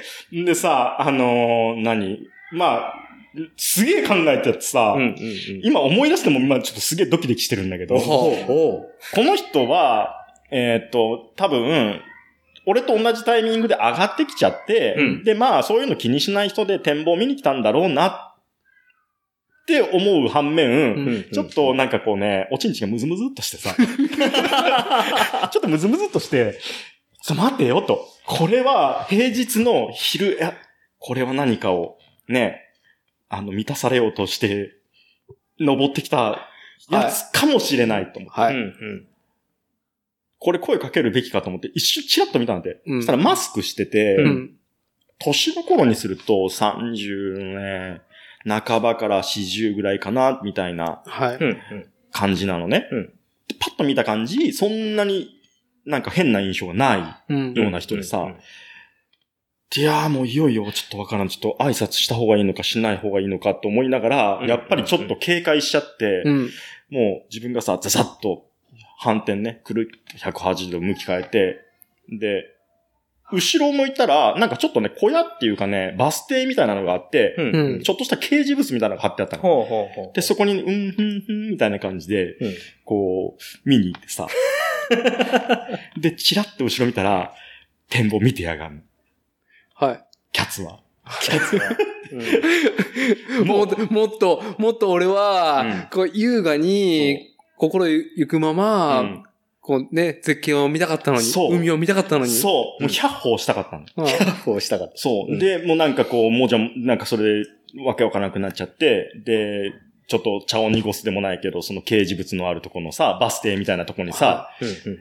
Speaker 2: でさ、あのー、何まあ、すげえ考えちゃってさ、うんうんうん、今思い出しても今ちょっとすげえドキドキしてるんだけど、
Speaker 3: おうおう
Speaker 2: この人は、えっと、多分、俺と同じタイミングで上がってきちゃって、うん、で、まあ、そういうの気にしない人で展望見に来たんだろうなって思う反面、うんうん、ちょっとなんかこうね、おちんちんがムズムズっとしてさ、ちょっとムズムズっとして、ちょっと待ってよと。これは平日の昼、いや、これは何かをね、あの、満たされようとして、登ってきたやつかもしれないと思って。
Speaker 1: はい。
Speaker 2: うんうんこれ声かけるべきかと思って一瞬チラッと見たんで、うん、そしたらマスクしてて、うん、年の頃にするとさんじゅうねん半ばからよんじゅうぐらいかな、みたいな感じなのね。
Speaker 3: うん、
Speaker 2: でパッと見た感じ、そんなになんか変な印象がないような人でさ、うんうん、いやーもういよいよちょっとわからん、ちょっと挨拶した方がいいのかしない方がいいのかと思いながら、うん、やっぱりちょっと警戒しちゃって、
Speaker 1: うん、
Speaker 2: もう自分がさ、ザザッと反転ね、くるひゃくはちじゅうど向き変えて、で、後ろを向いたら、なんかちょっとね、小屋っていうかね、バス停みたいなのがあって、
Speaker 1: うん、
Speaker 2: ちょっとした掲示物みたいなのが貼ってあったの。
Speaker 3: ほうほうほう
Speaker 2: で、そこに、うん、ふん、ふん、みたいな感じで、うん、こう、見に行ってさ。で、チラッと後ろ見たら、展望見てやがん。
Speaker 1: はい。
Speaker 2: キャツは。
Speaker 3: キャツは。
Speaker 1: うん、もっと、もっと、もっと俺は、うん、こう、優雅に、心ゆくまま、うん、こうね、絶景を見たかったのに、海を見たかったのに。
Speaker 2: そう。もう百歩したかったの。
Speaker 3: うん、百歩したかった。
Speaker 2: そう。うん、で、もうなんかこう、もうじゃ、なんかそれでわけわからなくなっちゃって、で、ちょっと茶を濁すでもないけど、その掲示物のあるところのさ、バス停みたいなところにさ、
Speaker 3: うんうん、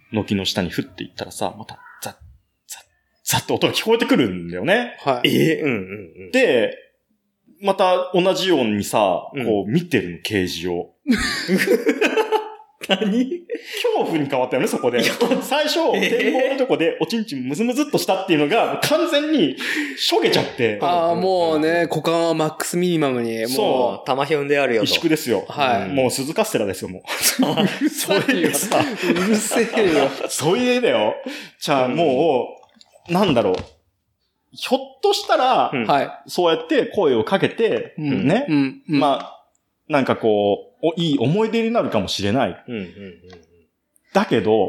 Speaker 2: 軒の下にふっていったらさ、また、ザッ、ザッ、ザッって音が聞こえてくるんだよね。
Speaker 1: はい。
Speaker 3: えー、うんうんうん。
Speaker 2: で、また同じようにさ、こう見てるの、ケージを。
Speaker 3: 何？
Speaker 2: 恐怖に変わったよね、そこで。最初、展望のとこでおちんちんムズムズっとしたっていうのが、完全にしょげちゃって。
Speaker 1: ああ、もうね、股間はマックスミニマムに、もう。
Speaker 3: そう、玉ひょんであるよと。
Speaker 2: 萎縮ですよ。
Speaker 1: はい。
Speaker 2: もう鈴カステラですよ、もう。
Speaker 1: それでさ、うるせえよ。
Speaker 2: そういう絵だよ。じゃあ、もう、なんだろう。ひょっとしたら、
Speaker 1: はい。
Speaker 2: そうやって声をかけて、ね。まあ、なんかこう、おいい思い出になるかもしれない。
Speaker 3: うんうんうん、
Speaker 2: だけど、うん、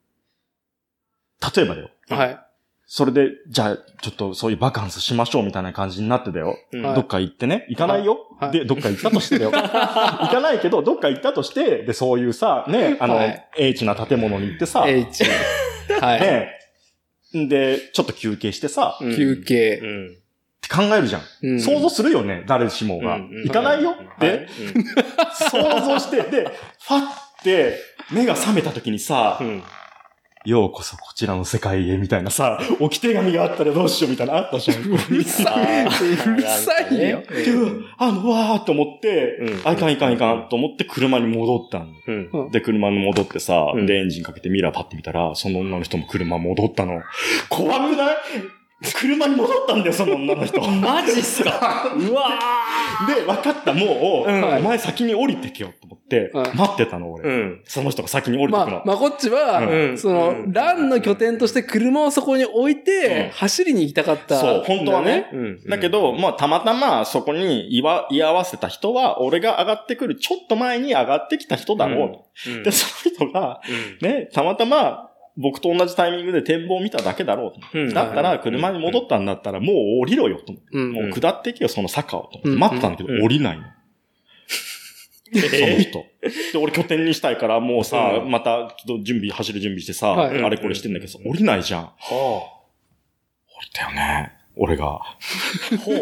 Speaker 2: 例えばだよ。
Speaker 1: はい。
Speaker 2: それで、じゃあ、ちょっとそういうバカンスしましょうみたいな感じになってだよ。うん、どっか行ってね。行かないよ。はい、で、どっか行ったとしてだよ。行かないけど、どっか行ったとして、で、そういうさ、ね、あの、はい、H な建物に行ってさ。
Speaker 1: H。はい。
Speaker 2: ね。で、ちょっと休憩してさ。
Speaker 1: うん、休憩。
Speaker 2: うんって考えるじゃん。うん、想像するよね、誰しもが。うんうん、行かないよって、はいうん、想像して、で、ファって、目が覚めた時にさ、うん、ようこそこちらの世界へみたいなさ、置き手紙があったらどうしようみたいなあったじゃん。うるさい。
Speaker 1: うるさいよ。
Speaker 2: で、あの、わーって思って、うん、あ、いかんいかんいかんと思って車に戻ったの。うん、で、車に戻ってさ、うん、で、エンジンかけてミラーパッて見たら、その女の人も車戻ったの。怖くない？車に戻ったんだよ、その女の人。
Speaker 3: マジっすか？うわ
Speaker 2: ー。で、分かった、もう、うん、お前先に降りてけよと思って、うん、待ってたの、俺、うん。その人が先に降りてくの。
Speaker 1: まあ、まあ、こっちは、うん、その、うん、ランの拠点として車をそこに置いて、うん、走りに行きたかった、ね。
Speaker 2: そう、本当はね。うん、だけど、まあ、たまたまそこに居居合わせた人は、俺が上がってくるちょっと前に上がってきた人だろう。うん、で、その人が、ね、たまたま、僕と同じタイミングで展望を見ただけだろうと、うん。だったら、車に戻ったんだったら、もう降りろよと思って、うん。もう下っていけよ、その坂をと思って。待ってたんだけど、うん、降りないの。その人。で、俺拠点にしたいから、もうさ、うん、また、準備、走る準備してさ、はい、あれこれしてんだけど、降りないじゃん。はあ、降りたよね。俺が。ほうほう。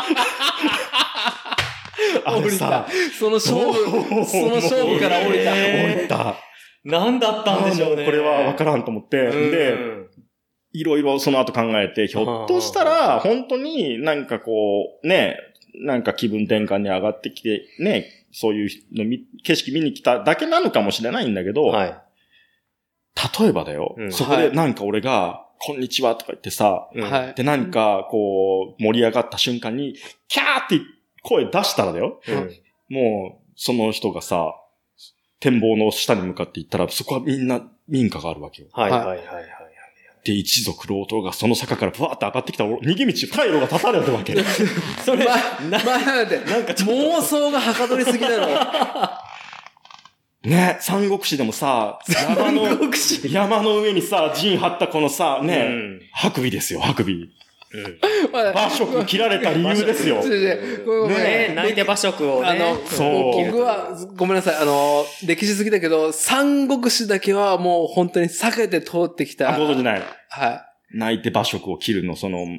Speaker 1: あれさ、その勝負、その勝負から降りた。
Speaker 2: 降りた。
Speaker 3: 何だったんでしょうね。
Speaker 2: これは分からんと思って。で、いろいろその後考えて、ひょっとしたら、本当になんかこう、ね、なんか気分転換に上がってきて、ね、そういうの景色見に来ただけなのかもしれないんだけど、はい、例えばだよ、うん、そこでなんか俺が、こんにちはとか言ってさ、はい、でなんかこう、盛り上がった瞬間に、キャーって声出したらだよ、うん、もう、その人がさ、展望の下に向かって行ったら、そこはみんな民家があるわけよ。
Speaker 3: はいはいはいはい、はい。
Speaker 2: で、一族老頭がその坂からブワーって上がってきた逃げ道、回路が立たれるわけ。
Speaker 1: それ、ま、ま、なんで、なんか妄想がはかどりすぎだろ。
Speaker 2: ね、三国志でもさ、山の、山の上にさ、陣張ったこのさ、ね、うん、白尾ですよ、白尾。うん、馬謖切られた理由ですよ。
Speaker 3: ね、泣いて馬謖をね。あの、
Speaker 1: そう。僕は、ごめんなさい、あの、歴史好きだけど、三国志だけはもう本当に避けて通ってきた。
Speaker 2: あ、ご存じない。
Speaker 1: はい。
Speaker 2: 泣いて馬謖を切るの、その、うん、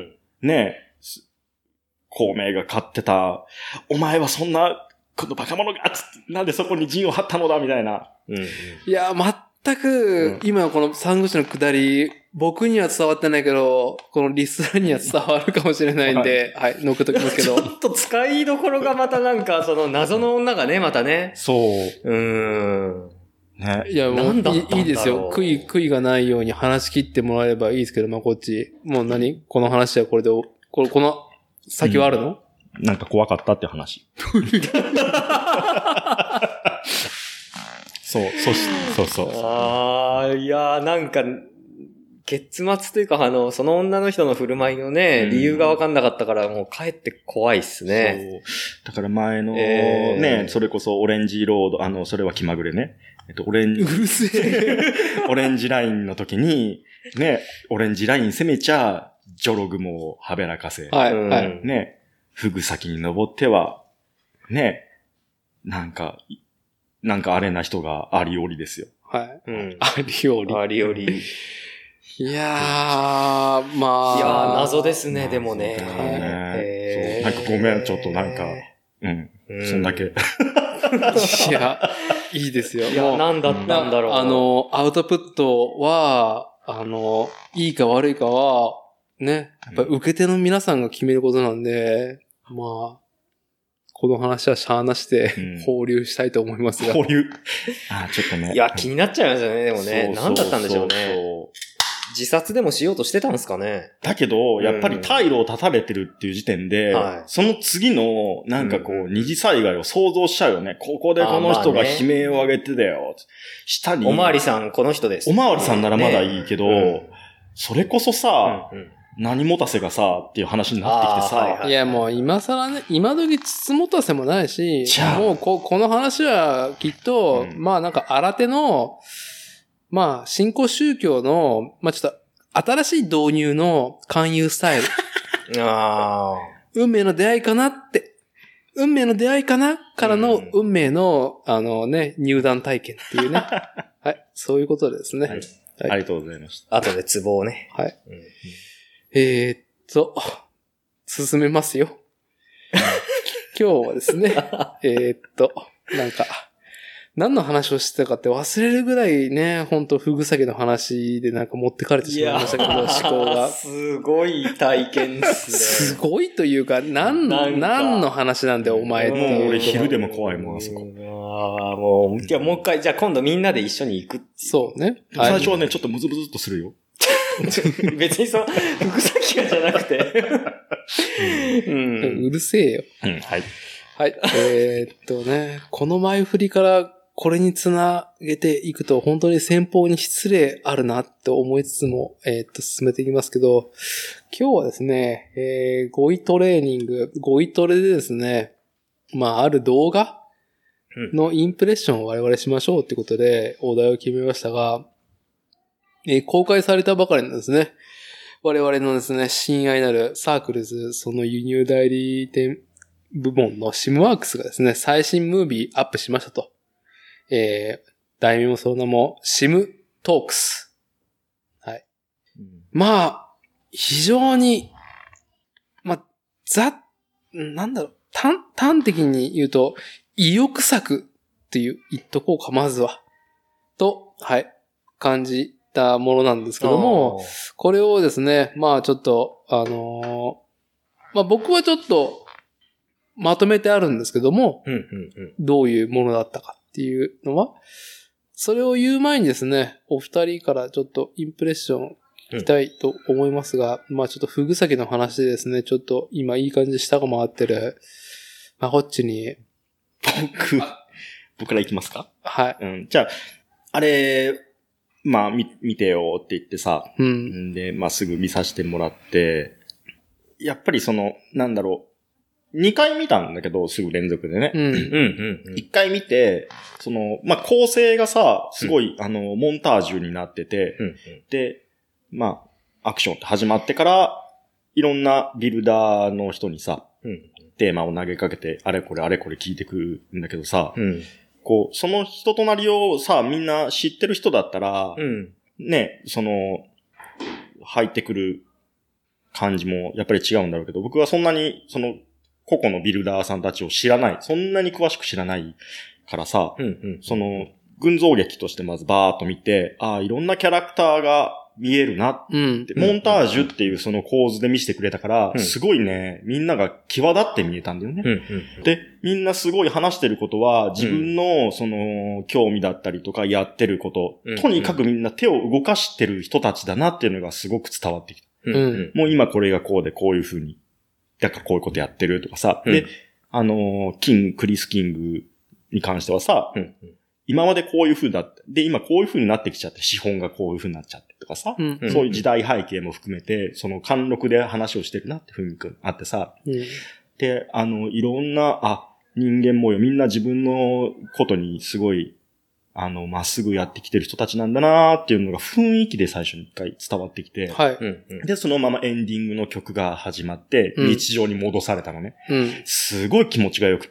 Speaker 2: ね、孔明が勝ってた、お前はそんな、このバカ者が、なんでそこに陣を張ったのだ、みたいな。うんうん、
Speaker 1: いや、全く、今この三国志の下り、僕には伝わってないけど、このリスナーには伝わるかもしれないんで、はい、はい、乗っけときますけど。
Speaker 3: ちょっと使いどころがまたなんか、その謎の女がね、またね。
Speaker 2: そう。
Speaker 3: うーん。
Speaker 2: ね。
Speaker 1: いや、もういい、いいですよ。悔い、悔いがないように話し切ってもらえればいいですけど、まあ、こっち。もう何この話はこれで、これ、この先はあるの、
Speaker 2: うん、なんか怖かったっていう話。そう、そう、そうそう。
Speaker 3: ああ、いやー、なんか、結末というか、あの、その女の人の振る舞いのね、うん、理由が分かんなかったから、もう帰って怖いっすね。
Speaker 2: そう。だから前の、えー、ね、それこそオレンジロード、あの、それは気まぐれね。えっと、オレンジ、
Speaker 1: うるせえ。
Speaker 2: オレンジラインの時に、ね、オレンジライン攻めちゃ、ジョログモをはべらかせ。
Speaker 1: はい、はい。
Speaker 2: ね、フグ先に登っては、ね、なんか、なんかあれな人がありおりですよ。
Speaker 1: はい。うん、ありおり。
Speaker 3: ありおり。
Speaker 1: いやー、まあ。
Speaker 3: いやー、謎ですね、でもね。
Speaker 2: ね、そう。なんかごめん、ちょっとなんか、うん。うん、そんだけ。
Speaker 1: いや、 いいですよ。
Speaker 3: いや、何だったんだろう。
Speaker 1: あの、アウトプットは、あの、いいか悪いかは、ね、やっぱり受け手の皆さんが決めることなんで、うん、まあ、この話はしゃーなしで放流したいと思いますが。
Speaker 2: 放流。あ、ちょっとね。
Speaker 3: いや、気になっちゃいますよね、でもね。何だったんでしょうね。自殺でもしようとしてたんですかね。
Speaker 2: だけど、やっぱり退路を断たれてるっていう時点で、うん、その次の、なんかこう、二次災害を想像しちゃうよね。ここでこの人が悲鳴を上げてだよ。下に。
Speaker 3: おまわりさん、この人です。
Speaker 2: おまわりさんならまだいいけど、ね、それこそさ、うんうん、何持たせがさ、っていう話になってきてさ。
Speaker 1: はいはい、いやもう今更ね、今時筒持たせもないし、もうこ、この話はきっと、うん、まあなんか新手の、まあ新興宗教の、まあちょっと新しい導入の勧誘スタイル。ああ。運命の出会いかなって。運命の出会いかなからの運命の、うん、あのね、入団体験っていうね。はい。そういうことですね。はい。はい、
Speaker 2: ありがとうございました。
Speaker 3: 後でツボをね。
Speaker 1: はい。うんえー、っと、進めますよ。今日はですね、えー、っと、なんか、何の話をしてたかって忘れるぐらいね、ほんとフグサギの話でなんか持ってかれてしまいましたけど、思考が。
Speaker 3: すごい体験ですね。
Speaker 1: すごいというか、何の、何の話なんだよ、お前っていう。
Speaker 2: もう俺昼でも怖いもん、あそこ。
Speaker 3: ああ、もう、じゃあもう一回、じゃあ今度みんなで一緒に行くって。
Speaker 1: そうね。
Speaker 2: 最初はね、ちょっとムズムズっとするよ。
Speaker 3: 別にそう、福崎がじゃなくて、
Speaker 1: うん。うるせえよ。
Speaker 2: うん、はい。
Speaker 1: はい。えー、っとね、この前振りからこれにつなげていくと本当に先方に失礼あるなって思いつつも、えー、っと、進めていきますけど、今日はですね、えー、語彙トレーニング、語彙トレでですね、まあ、ある動画のインプレッションを我々しましょうってことで、お題を決めましたが、えー、公開されたばかりなんですね。我々のですね、親愛なるサークルズ、その輸入代理店部門のシムワークスがですね、最新ムービーアップしましたと。えー、題名もその名も、シムトークス。はい。うん、まあ、非常に、まあ、ざ、なんだろう、端、端的に言うと、意欲作っていう言っとこうか、まずは。と、はい、感じたものなんですけども、これをですね、まあちょっと、あのー、まあ僕はちょっと、まとめてあるんですけども、うんうんうん、どういうものだったかっていうのは、それを言う前にですね、お二人からちょっとインプレッション聞きたいと思いますが、うん、まあちょっとフグサギの話でですね、ちょっと今いい感じで下が回ってる、まあこっちに、
Speaker 2: 僕、僕から行きますか？
Speaker 1: はい。
Speaker 2: うん、じゃあ、あれ、まあ見、見てよって言ってさ、
Speaker 1: うん、
Speaker 2: で、まあすぐ見させてもらって、やっぱりその、なんだろう、二回見たんだけど、すぐ連続でね。
Speaker 1: うんうんうん
Speaker 2: うん、一回見て、その、まあ、構成がさ、すごい、うん、あの、モンタージュになってて、
Speaker 3: うんうん、
Speaker 2: で、まあ、アクションって始まってから、いろんなビルダーの人にさ、
Speaker 3: うん、
Speaker 2: テーマを投げかけて、あれこれあれこれ聞いてくるんだけどさ、
Speaker 3: うん、
Speaker 2: こう、その人となりをさ、みんな知ってる人だったら、
Speaker 3: うん、
Speaker 2: ね、その、入ってくる感じもやっぱり違うんだろうけど、僕はそんなに、その、個々のビルダーさんたちを知らない。そんなに詳しく知らないからさ、
Speaker 3: うんうん、
Speaker 2: その、群像劇としてまずバーっと見て、ああ、いろんなキャラクターが見えるなって、うん、モンタージュっていうその構図で見せてくれたから、うん、すごいね、みんなが際立って見えたんだよね、
Speaker 3: うんうん。
Speaker 2: で、みんなすごい話してることは、自分のその、興味だったりとかやってること、うん、とにかくみんな手を動かしてる人たちだなっていうのがすごく伝わってきた。
Speaker 1: うんうん、
Speaker 2: もう今これがこうでこういう風に。だからこういうことやってるとかさ。うん、で、あのー、キング、クリス・キングに関してはさ、
Speaker 3: うんうん、
Speaker 2: 今までこういう風だって、で、今こういう風になってきちゃって、資本がこういう風になっちゃってとかさ、
Speaker 1: うんうん、
Speaker 2: そういう時代背景も含めて、その貫禄で話をしてるなって雰囲気があってさ、
Speaker 1: うん、
Speaker 2: で、あの、いろんな、あ、人間模様、みんな自分のことにすごい、あの、まっすぐやってきてる人たちなんだなーっていうのが雰囲気で最初に一回伝わってきて、
Speaker 1: はい。
Speaker 2: で、そのままエンディングの曲が始まって、日常に戻されたのね。
Speaker 1: うん、
Speaker 2: すごい気持ちが良くって、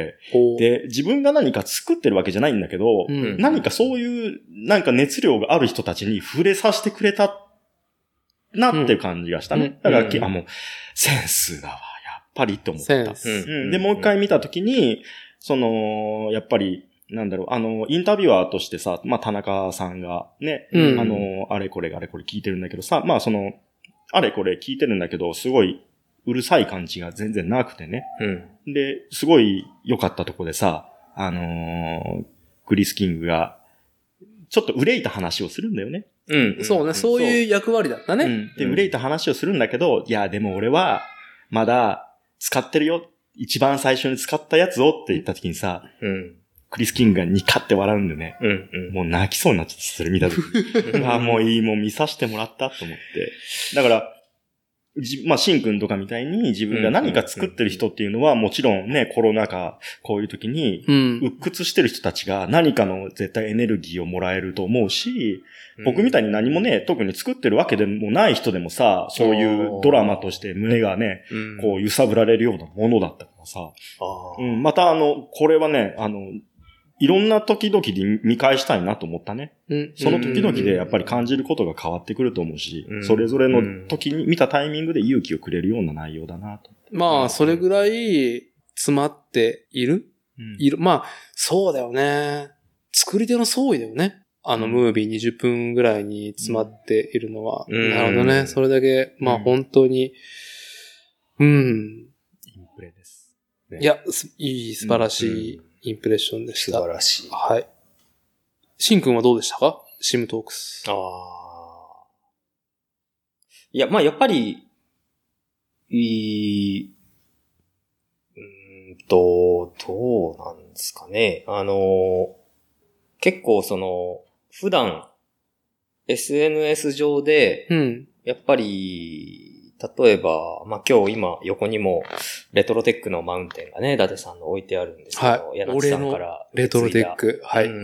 Speaker 2: で、自分が何か作ってるわけじゃないんだけど、
Speaker 1: うん、
Speaker 2: 何かそういう、なんか熱量がある人たちに触れさせてくれたなっていう感じがしたね。うん、だから、うん、あ、もう、センスだわ、やっぱりって思った。
Speaker 1: センス。
Speaker 2: うん、で、もう一回見たときに、その、やっぱり、 なんだろう、あの、インタビュアーとしてさ、まあ、田中さんがね、うん、あの、あれこれあれこれ聞いてるんだけどさ、まあ、その、あれこれ聞いてるんだけど、すごいうるさい感じが全然なくてね。うん、で、すごい良かったとこでさ、あのー、クリス・キングが、ちょっと憂いた話をするんだよね。
Speaker 1: うん。そうね、うん、そういう役割だったね。
Speaker 2: うん。で、憂いた話をするんだけど、いや、でも俺は、まだ、使ってるよ。一番最初に使ったやつをって言った時にさ、うん、クリス・キングがニカって笑うんだよね。うんうん、もう泣きそうになっちゃった、それ見た時に。ああ、もういい、もう見させてもらったと思って。だから、じまあ、シンくんとかみたいに自分が何か作ってる人っていうのはもちろんね、コロナ禍、こういう時に、鬱屈してる人たちが何かの絶対エネルギーをもらえると思うし、僕みたいに何もね、特に作ってるわけでもない人でもさ、そういうドラマとして胸がね、こう揺さぶられるようなものだったからさ。うん、またあの、これはね、あの、いろんな時々で見返したいなと思ったね。うん、その時々でやっぱり感じることが変わってくると思うし、うん、それぞれの時に見たタイミングで勇気をくれるような内容だなと。
Speaker 1: まあ、それぐらい詰まっている、うん、いる。まあ、そうだよね。作り手の総意だよね。あのムービーにじゅっぷんぐらいに詰まっているのは。うん、なるほどね。それだけ、まあ本当に、うん。
Speaker 2: インプレです。
Speaker 1: ね、いや、いい、素晴らしい。うんインプレッションでした。
Speaker 3: 素晴らしい。
Speaker 1: はい。シン君はどうでしたか？シムトークス。あ
Speaker 3: あ。いや、まあやっぱり、いい、うーんと、どうなんですかね。あの、結構その、普段、エスエヌエス 上で、うん、やっぱり、例えば、まあ、今日今横にもレトロテックのマウンテンがね、伊達さんの置いてあるんですけど、はい、柳さんから
Speaker 1: レトロテック。はい、うん。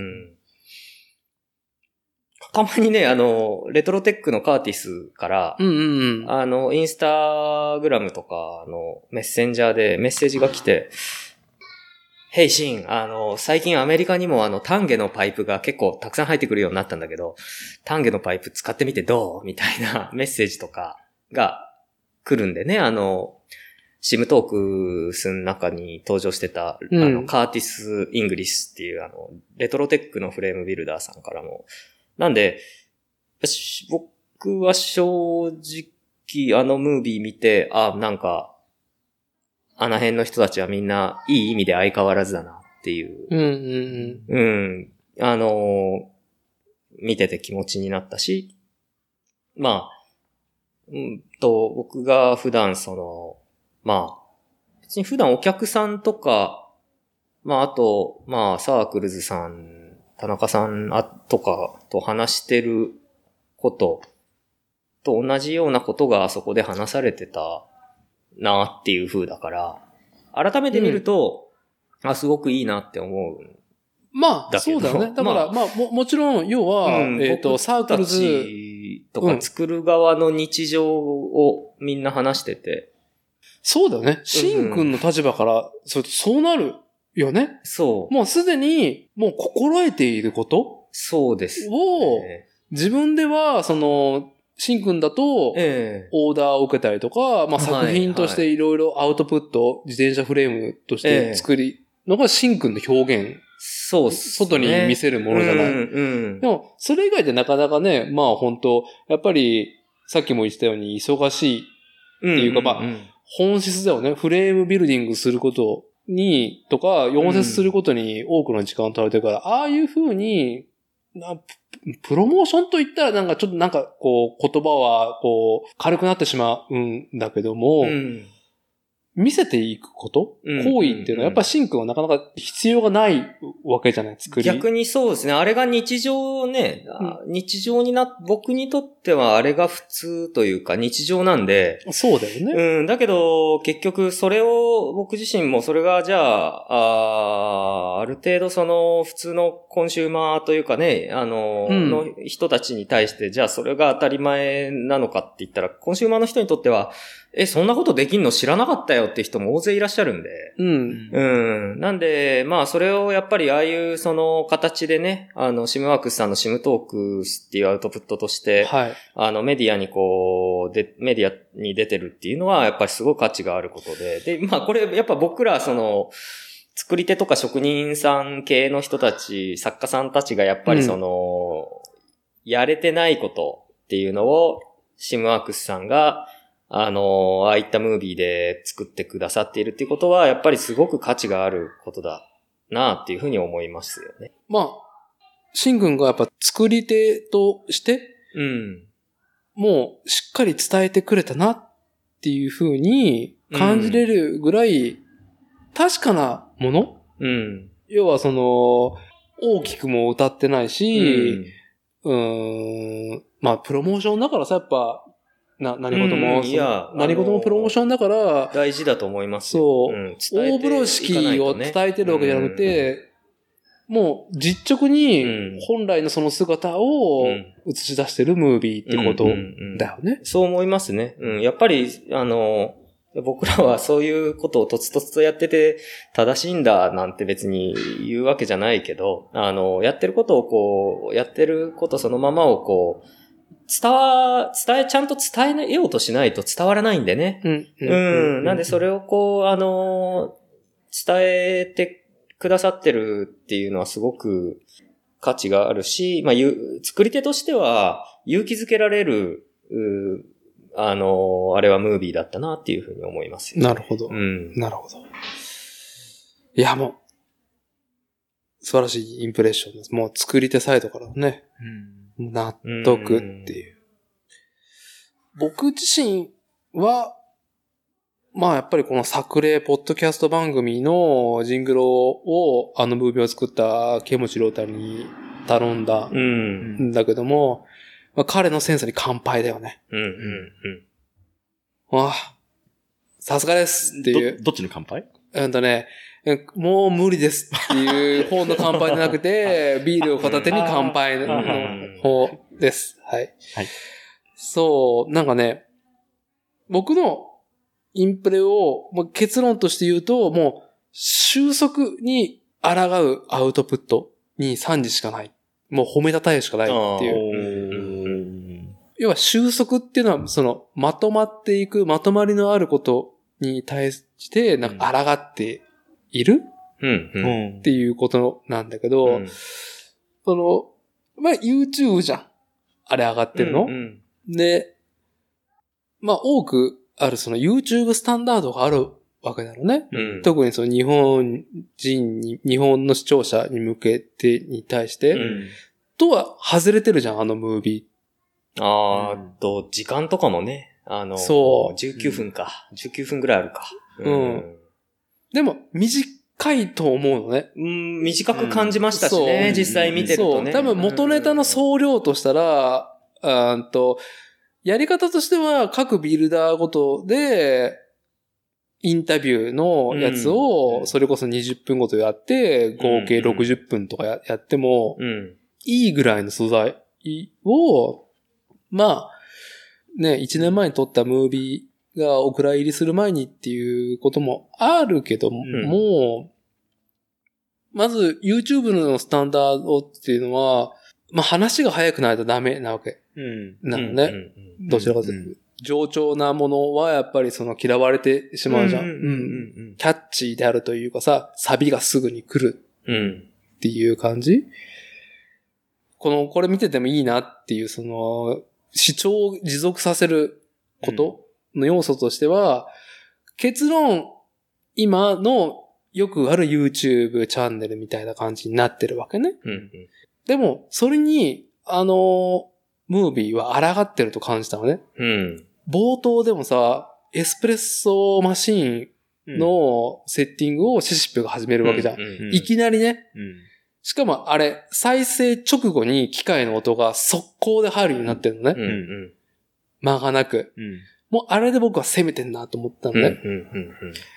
Speaker 3: たまにね、あの、レトロテックのカーティスから、うんうんうん、あの、インスタグラムとか、あの、メッセンジャーでメッセージが来て、ヘイシン、あの、最近アメリカにもあの、丹下のパイプが結構たくさん入ってくるようになったんだけど、丹下のパイプ使ってみてどうみたいなメッセージとかが、来るんでね、あの、シムトークスの中に登場してた、うん、あの、カーティス・イングリッシュっていう、あの、レトロテックのフレームビルダーさんからも。なんで、僕は正直、あのムービー見て、あ、なんか、あの辺の人たちはみんないい意味で相変わらずだなっていう。うんうんうん。うん。あの、見てて気持ちになったし、まあ、うんと、僕が普段その、まあ、別に普段お客さんとか、まああと、まあサークルズさん、田中さんとかと話してることと同じようなことがあそこで話されてたなっていう風だから、改めて見ると、うん、あ、すごくいいなって思う。
Speaker 1: まあ、そうだよね。だから、まあ、まあ、も、もちろん、要は、うん、えっと、サークルズ
Speaker 3: とか作る側の日常をみんな話してて。
Speaker 1: そうだよね。シン君の立場から、それそうなるよね。
Speaker 3: そう。
Speaker 1: もうすでに、もう心得ていること
Speaker 3: そうです、
Speaker 1: ね。を、自分では、その、シン君だと、オーダーを受けたりとか、まあ作品としていろいろアウトプット、自転車フレームとして作り、のがシン君の表現。
Speaker 3: そうっすね。
Speaker 1: 外に見せるものじゃない。うんうん、でも、それ以外でなかなかね、まあ本当やっぱり、さっきも言ってたように忙しいっていうか、うんうんうん、まあ、本質だよね。フレームビルディングすることに、とか、溶接することに多くの時間を取られてるから、うん、ああいう風に、なプロモーションと言ったらなんかちょっとなんかこう言葉はこう軽くなってしまうんだけども、うん見せていくこと、うん、行為っていうのはやっぱシンクはなかなか必要がないわけじゃない、作り。
Speaker 3: 逆にそうですね。あれが日常ね、うん、日常にな、僕にとってはあれが普通というか日常なんで。
Speaker 1: そうだよね。
Speaker 3: うん、だけど結局それを僕自身もそれがじゃあ、あ, ある程度その普通のコンシューマーというかね、あの、うん、の人たちに対してじゃあそれが当たり前なのかって言ったら、コンシューマーの人にとっては、え、そんなことできんの知らなかったよって人も大勢いらっしゃるんで。うん。うん。なんで、まあ、それをやっぱりああいうその形でね、あの、シムワークスさんのシムトークスっていうアウトプットとして、はい。あの、メディアにこう、で、メディアに出てるっていうのは、やっぱりすごい価値があることで。で、まあ、これ、やっぱ僕ら、その、 作り手とか職人さん系の人たち、作家さんたちがやっぱりその、うん、やれてないことっていうのを、シムワークスさんが、あの、ああいったムービーで作ってくださっているっていうことは、やっぱりすごく価値があることだなっていうふうに思いますよね。
Speaker 1: まあ、シン君がやっぱ作り手として、
Speaker 3: うん。
Speaker 1: もうしっかり伝えてくれたなっていうふうに感じれるぐらい確かなもの、
Speaker 3: うん、
Speaker 1: 要はその大きくも歌ってないし、うん、うーんまあプロモーションだからさやっぱな何事も、
Speaker 3: うん、いや
Speaker 1: 何事もプロモーションだから
Speaker 3: 大事だと思います
Speaker 1: よ。そう、うん、大風呂敷を伝えてるわけじゃなくて、うんもう実直に本来のその姿を映し出してるムービーってことだよね。
Speaker 3: そう思いますね。うん。やっぱり、あの、僕らはそういうことをとつとつとやってて正しいんだなんて別に言うわけじゃないけど、あの、やってることをこう、やってることそのままをこう、伝わ、伝え、ちゃんと伝えようとしないと伝わらないんでね。うん。うん。なんでそれをこう、あの、伝えてくださってるっていうのはすごく価値があるし、まあ、作り手としては勇気づけられる、あの、あれはムービーだったなっていうふうに思いますよ。
Speaker 1: なるほど。うん。なるほど。いや、もう、素晴らしいインプレッションです。もう作り手サイドからね。うん、納得っていう。う僕自身は、まあやっぱりこの作例ポッドキャスト番組のジングルをあのムービーを作ったケムチロータに頼んだんだけども、うんまあ、彼のセンスに乾杯だよね。うんうんうん。ああ、さすがですっていう。
Speaker 2: ど、どっちの乾杯？
Speaker 1: うんとね、もう無理ですっていう方の乾杯じゃなくて、ビールを片手に乾杯の方です。はい。はい。そう、なんかね、僕のインプレを、もう結論として言うと、もう、収束に抗うアウトプットに賛辞しかない。もう褒めたたえしかないっていう。要は収束っていうのは、その、まとまっていく、まとまりのあることに対して、なんか抗っている、うんうん、っていうことなんだけど、うん、その、まあ、YouTube じゃん。あれ上がってるの、うんうん、で、まあ、多く、あるその YouTube スタンダードがあるわけだろうね。うん、特にその日本人に、日本の視聴者に向けてに対して、うん、とは外れてるじゃん、あのムービ
Speaker 3: ー。ああ、と、時間とかもね、あの、そう。じゅうきゅうふんか。じゅうきゅうふんぐらいあるか。
Speaker 1: うん。うん、でも、短いと思うのね。
Speaker 3: うん、短く感じましたしね、うん、実際見てるとね。
Speaker 1: そう。多分元ネタの総量としたら、あーと、やり方としては各ビルダーごとでインタビューのやつをそれこそにじゅっぷんごとやって合計ろくじゅっぷんとか や, やってもいいぐらいの素材をまあねいちねんまえに撮ったムービーがお蔵入りする前にっていうこともあるけども、うん、もうまず YouTube のスタンダードっていうのはまあ話が早くないとダメなわけ。うん。なのね。うん、どちらかというと、冗長なものはやっぱりその嫌われてしまうじゃん。うん。キャッチーであるというかさ、サビがすぐに来る。うん。っていう感じ、この、これ見ててもいいなっていう、その、視聴を持続させることの要素としては、結論、今のよくある YouTube チャンネルみたいな感じになってるわけね。うんうん、でも、それに、あの、ムービーは抗ってると感じたのね。うん。冒頭でもさ、エスプレッソマシーンのセッティングをシシップが始めるわけじゃん。うんうんうん、いきなりね。うん、しかもあれ、再生直後に機械の音が速攻で入るようになってるのね。うんうん、間がなく、うん。もうあれで僕は攻めてんなと思ったのね。うんうんうんうん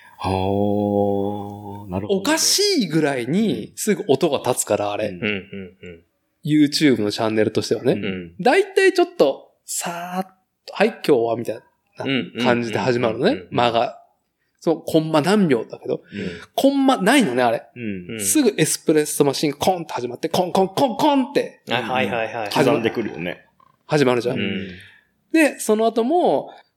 Speaker 2: はあ、なるほど、ね。
Speaker 1: おかしいぐらいにすぐ音が立つから、あれ。うんうんうん、YouTube のチャンネルとしてはね。うん、だいたいちょっと、さーっと、はい、今日は、みたいな感じで始まるのね。間が。そう、コンマ何秒だけど。うん、コンマないのね、あれ、うんうん。すぐエスプレッソマシンコンって始まって、コンコンコンコンって。
Speaker 3: はいはいはい。
Speaker 2: 刻んでくるよね。
Speaker 1: 始まるじゃん。うん、で、その後も、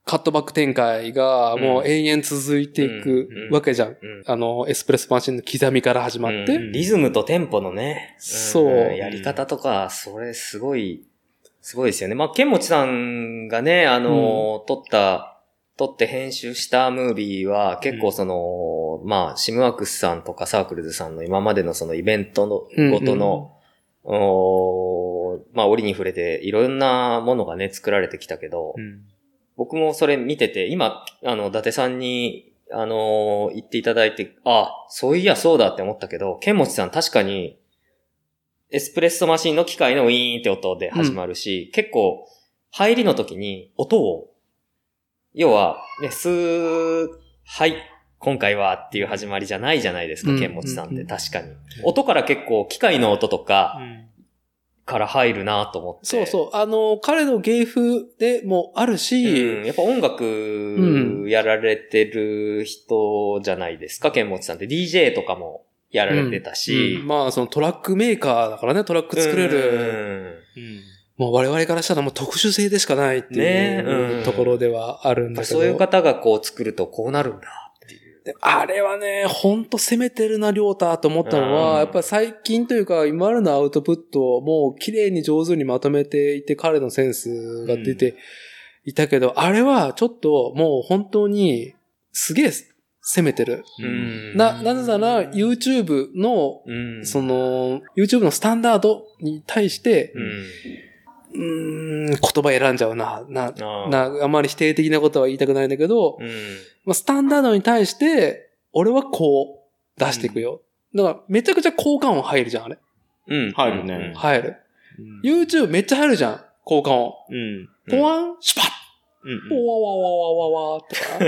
Speaker 1: カットバック展開がもう永遠続いていくわけじゃん。うんうんうん、あの、エスプレッソマシンの刻みから始まって。うん、
Speaker 3: リズムとテンポのね。
Speaker 1: そう、
Speaker 3: うん。やり方とか、それすごい、すごいですよね。まあ、ケンモチさんがね、あの、うん、撮った、撮って編集したムービーは結構その、うん、まあ、シムワークスさんとかサークルズさんの今までのそのイベントのごとの、うんうん、おまあ、折に触れていろんなものがね、作られてきたけど、うん僕もそれ見てて、今、あの、伊達さんに、あのー、言っていただいて、あ、そういやそうだって思ったけど、ケンモチさん確かに、エスプレッソマシンの機械のウィーンって音で始まるし、うん、結構、入りの時に音を、要は、ね、スー、はい、今回はっていう始まりじゃないじゃないですか、うん、ケンモチさんって確かに。音から結構、機械の音とか、うんから入るなと思って。
Speaker 1: そうそう。あの、彼の芸風でもあるし、
Speaker 3: うん、やっぱ音楽やられてる人じゃないですか、うん、ケンモチさんって。ディージェー とかもやられてたし。
Speaker 1: うんうん、まあ、そのトラックメーカーだからね、トラック作れる。うんうん、もう我々からしたらもう特殊性でしかないっていうところではあるんだけど。
Speaker 3: そういう方がこう作るとこうなるんだ。
Speaker 1: あれはね、ほんと攻めてるな、りょうたと思ったのは、やっぱり最近というか、今までのアウトプットをもう綺麗に上手にまとめていて、彼のセンスが出ていたけど、うん、あれはちょっともう本当にすげえ攻めてる。うん、な、なぜなら YouTube の、うん、その、YouTube のスタンダードに対して、うんうーん、言葉選んじゃうな。な、な、あまり否定的なことは言いたくないんだけど、うんまあ、スタンダードに対して、俺はこう出していくよ。うん、だから、めちゃくちゃ効果音入るじゃん、あれ。
Speaker 2: うん、入るね。
Speaker 1: 入る。うん、YouTube めっちゃ入るじゃん、効果音。うん。ポワン、シュパッうん、ポワワワワワワとか。うん、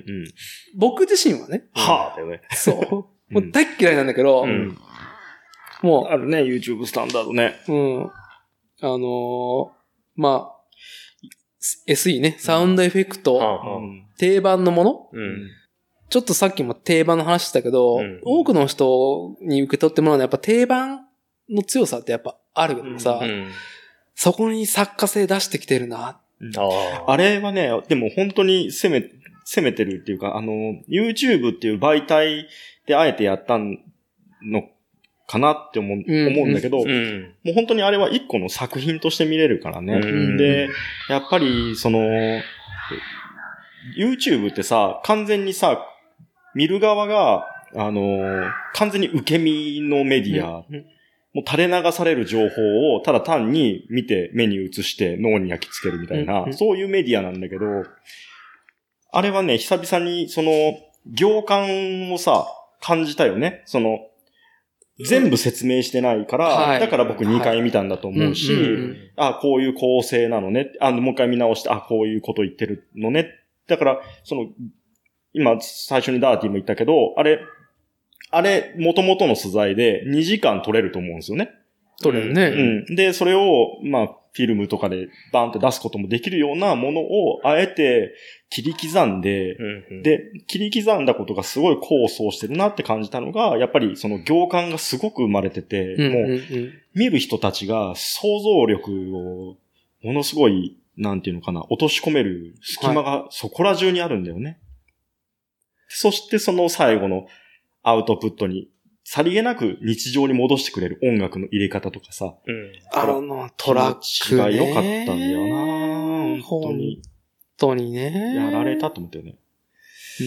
Speaker 1: 僕自身はね。
Speaker 2: はぁ、ね、
Speaker 1: そう。もう大っ嫌いなんだけど、うん、もう。
Speaker 2: あるね、YouTube スタンダードね。
Speaker 1: うん。あのー、まあ、エスイー ね、サウンドエフェクト、うん、定番のもの、うん、ちょっとさっきも定番の話したけど、うん、多くの人に受け取ってもらうのはやっぱ定番の強さってやっぱあるけどさ、うん、そこに作家性出してきてるな。
Speaker 2: うん、あ, あれはね、でも本当に攻め、攻めてるっていうか、あの、YouTube っていう媒体であえてやったのかなって思う、うん、思うんだけど、うん、もう本当にあれは一個の作品として見れるからね。うん、で、やっぱりその、YouTube ってさ、完全にさ、見る側が、あの、完全に受け身のメディア、うん、もう垂れ流される情報をただ単に見て目に映して脳に焼き付けるみたいな、うん、そういうメディアなんだけど、あれはね、久々にその、行間をさ、感じたよね。その、全部説明してないから、はい、だから僕にかい見たんだと思うし、はいうんうんうん、あ、こういう構成なのね。あの、もう一回見直して、あ、こういうこと言ってるのね。だから、その、今、最初にダーティーも言ったけど、あれ、あれ、元々の素材でにじかん撮れると思うんですよね。
Speaker 1: 撮れるね。
Speaker 2: うん。で、それを、まあ、フィルムとかでバーンって出すこともできるようなものを、あえて切り刻んで、うんうん、で、切り刻んだことがすごい功を奏してるなって感じたのが、やっぱりその行間がすごく生まれてて、うんうんうん、もう、見る人たちが想像力を、ものすごい、なんていうのかな、落とし込める隙間がそこら中にあるんだよね。はい、そしてその最後のアウトプットに、さりげなく日常に戻してくれる音楽の入れ方とかさ。
Speaker 1: うん、あの、トラック、ね。
Speaker 2: が良かったんだよな本当に。
Speaker 1: 本当にね。
Speaker 2: やられたと思ったよね。
Speaker 1: うん。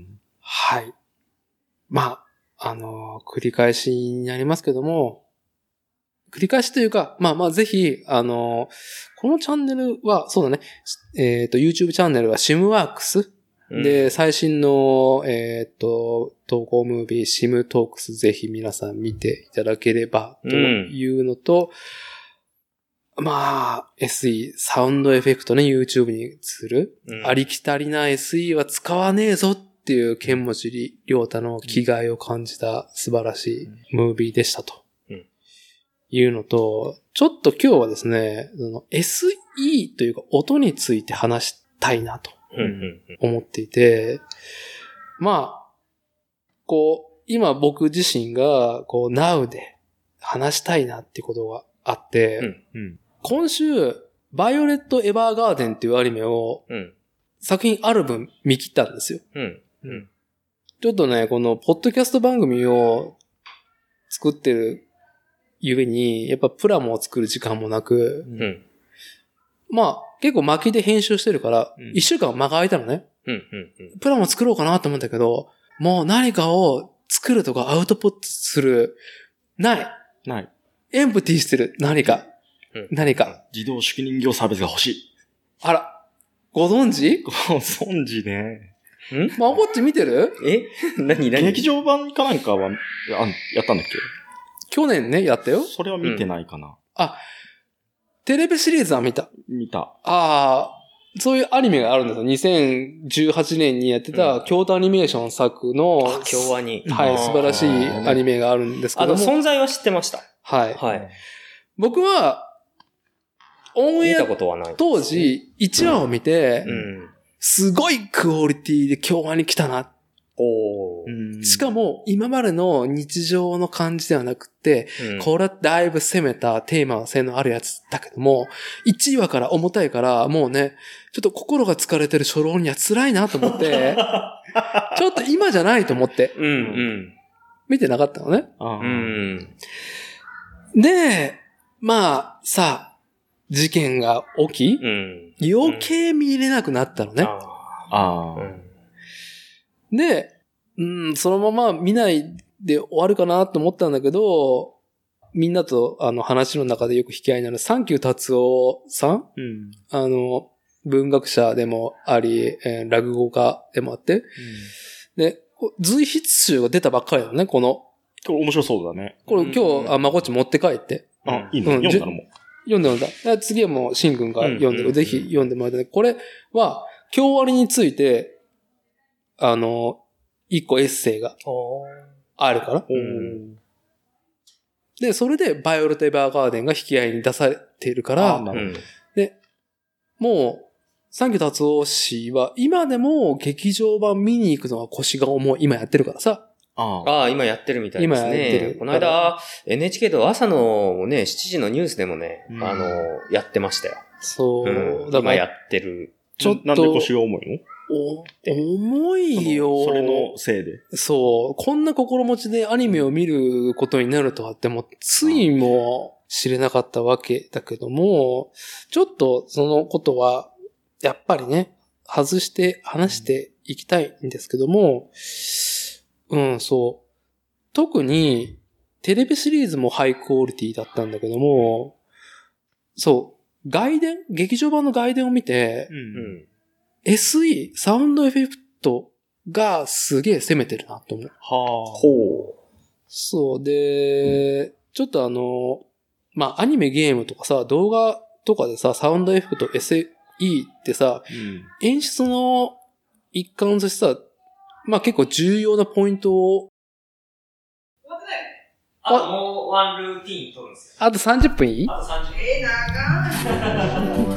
Speaker 1: はい。まあ、あの、繰り返しになりますけども、繰り返しというか、まあまあぜひ、あの、このチャンネルは、そうだね、えっと、YouTube チャンネルは SimWorks。で、うん、最新の、えっと、投稿ムービー、シムトークスぜひ皆さん見ていただければというのと、うん、まあ、エスイー、サウンドエフェクトね、YouTube にする、うん。ありきたりな エスイー は使わねえぞっていう、剣持りりょうたの気概を感じた素晴らしいムービーでしたと。うん、いうのと、ちょっと今日はですね、その エスイー というか音について話したいなと。思っていて、まあ、こう、今僕自身が、こう、Now で話したいなっていうことがあって、うんうん、今週、バイオレット・エヴァーガーデンっていうアニメを、 作品ある分見切ったんですよ。
Speaker 3: うん。うん。
Speaker 1: ちょっとね、このポッドキャスト番組を作ってるゆえに、やっぱプラモを作る時間もなく、
Speaker 3: うん。
Speaker 1: まあ、結構巻きで編集してるから、一、うん、週間間が空いたのね。
Speaker 3: うんうんうん。
Speaker 1: プラモ作ろうかなと思うんだけど、もう何かを作るとかアウトプットする、ない。
Speaker 2: ない。
Speaker 1: エンプティしてる、何か。うん、何か。
Speaker 2: 自動手記人形サービスが欲しい。
Speaker 1: あら、ご存知？
Speaker 2: ご存知ね。
Speaker 1: んまあ、こっち見てる？
Speaker 3: え何何
Speaker 2: 劇場版かなんかは、あ、やったんだっけ？
Speaker 1: 去年ね、やったよ。
Speaker 2: それは見てないかな。うん、
Speaker 1: あ、テレビシリーズは見た。
Speaker 2: 見た。
Speaker 1: ああ、そういうアニメがあるんですよ。にせんじゅうはちねんにやってた京都アニメーション作の、
Speaker 3: うん、京アニ。
Speaker 1: はい、素晴らしいアニメがあるんですけども。
Speaker 3: あの、存在は知ってました。
Speaker 1: はい。
Speaker 3: はい。
Speaker 1: 僕は、オンエア
Speaker 3: 見たことはない。
Speaker 1: 当時、いちわを見て、
Speaker 3: うん、
Speaker 1: すごいクオリティで京アニ来たな。
Speaker 3: お
Speaker 1: ーしかも、今までの日常の感じではなくて、うん、これはだいぶ攻めたテーマ性のあるやつだけども、いちわから重たいから、もうね、ちょっと心が疲れてる初老には辛いなと思って、ちょっと今じゃないと思って、
Speaker 3: うんうん、
Speaker 1: 見てなかったのね。
Speaker 3: うん、
Speaker 1: で、まあ、さ、事件が起き、
Speaker 3: うん、
Speaker 1: 余計見れなくなったのね。
Speaker 3: ああ、うん
Speaker 1: で、うん、そのまま見ないで終わるかなと思ったんだけど、みんなとあの話の中でよく引き合いになるサンキュー達夫さん、
Speaker 2: うん、
Speaker 1: あの、文学者でもあり、えー、落語家でもあって、うん、で、随筆集が出たばっかりだね、この。
Speaker 2: これ面白そうだね。
Speaker 1: これ今日、あ、まこっち持って帰って。
Speaker 2: あ、いいね。うん、読んだのも。
Speaker 1: 読んでんだ。次はもう、しんくんが読んでる。ぜひ読んでもらいたい。これは、京アニについて、あの、一個エッセイがあるから。で、それでバイオレット・エヴァーガーデンが引き合いに出されているから、で、もう、サンキュー達夫氏は今でも劇場版見に行くのは腰が重い。今やってるからさ。
Speaker 3: ああ、あ今やってるみたいですね。
Speaker 1: 今やってる。
Speaker 3: この間、エヌエイチケー と朝のね、しちじのニュースでもね、うん、あの、やってましたよ。
Speaker 1: そう。
Speaker 3: うん、今やってる。
Speaker 2: ちょっと。なんで腰が重いの？
Speaker 1: お、重いよ。
Speaker 2: それのせいで。
Speaker 1: そう。こんな心持ちでアニメを見ることになるとはっても、ついも知れなかったわけだけども、ちょっとそのことは、やっぱりね、外して話していきたいんですけども、うん、そう。特に、テレビシリーズもハイクオリティだったんだけども、そう、外伝劇場版の外伝を見て、
Speaker 3: うんうん
Speaker 1: エスイー、サウンドエフェクトがすげえ攻めてるなと思う。は
Speaker 2: あ。
Speaker 3: ほう。
Speaker 1: そうで、うん、ちょっとあの、まあ、アニメゲームとかさ、動画とかでさ、サウンドエフェクト エスイー ってさ、うん、演出の一環としてさ、まあ、結構重要なポイントを、
Speaker 4: あともうワンルーティーン撮るんですよ。
Speaker 1: あとさんじゅっぷんいい？
Speaker 4: あとさんじゅっぷん。えー、長い。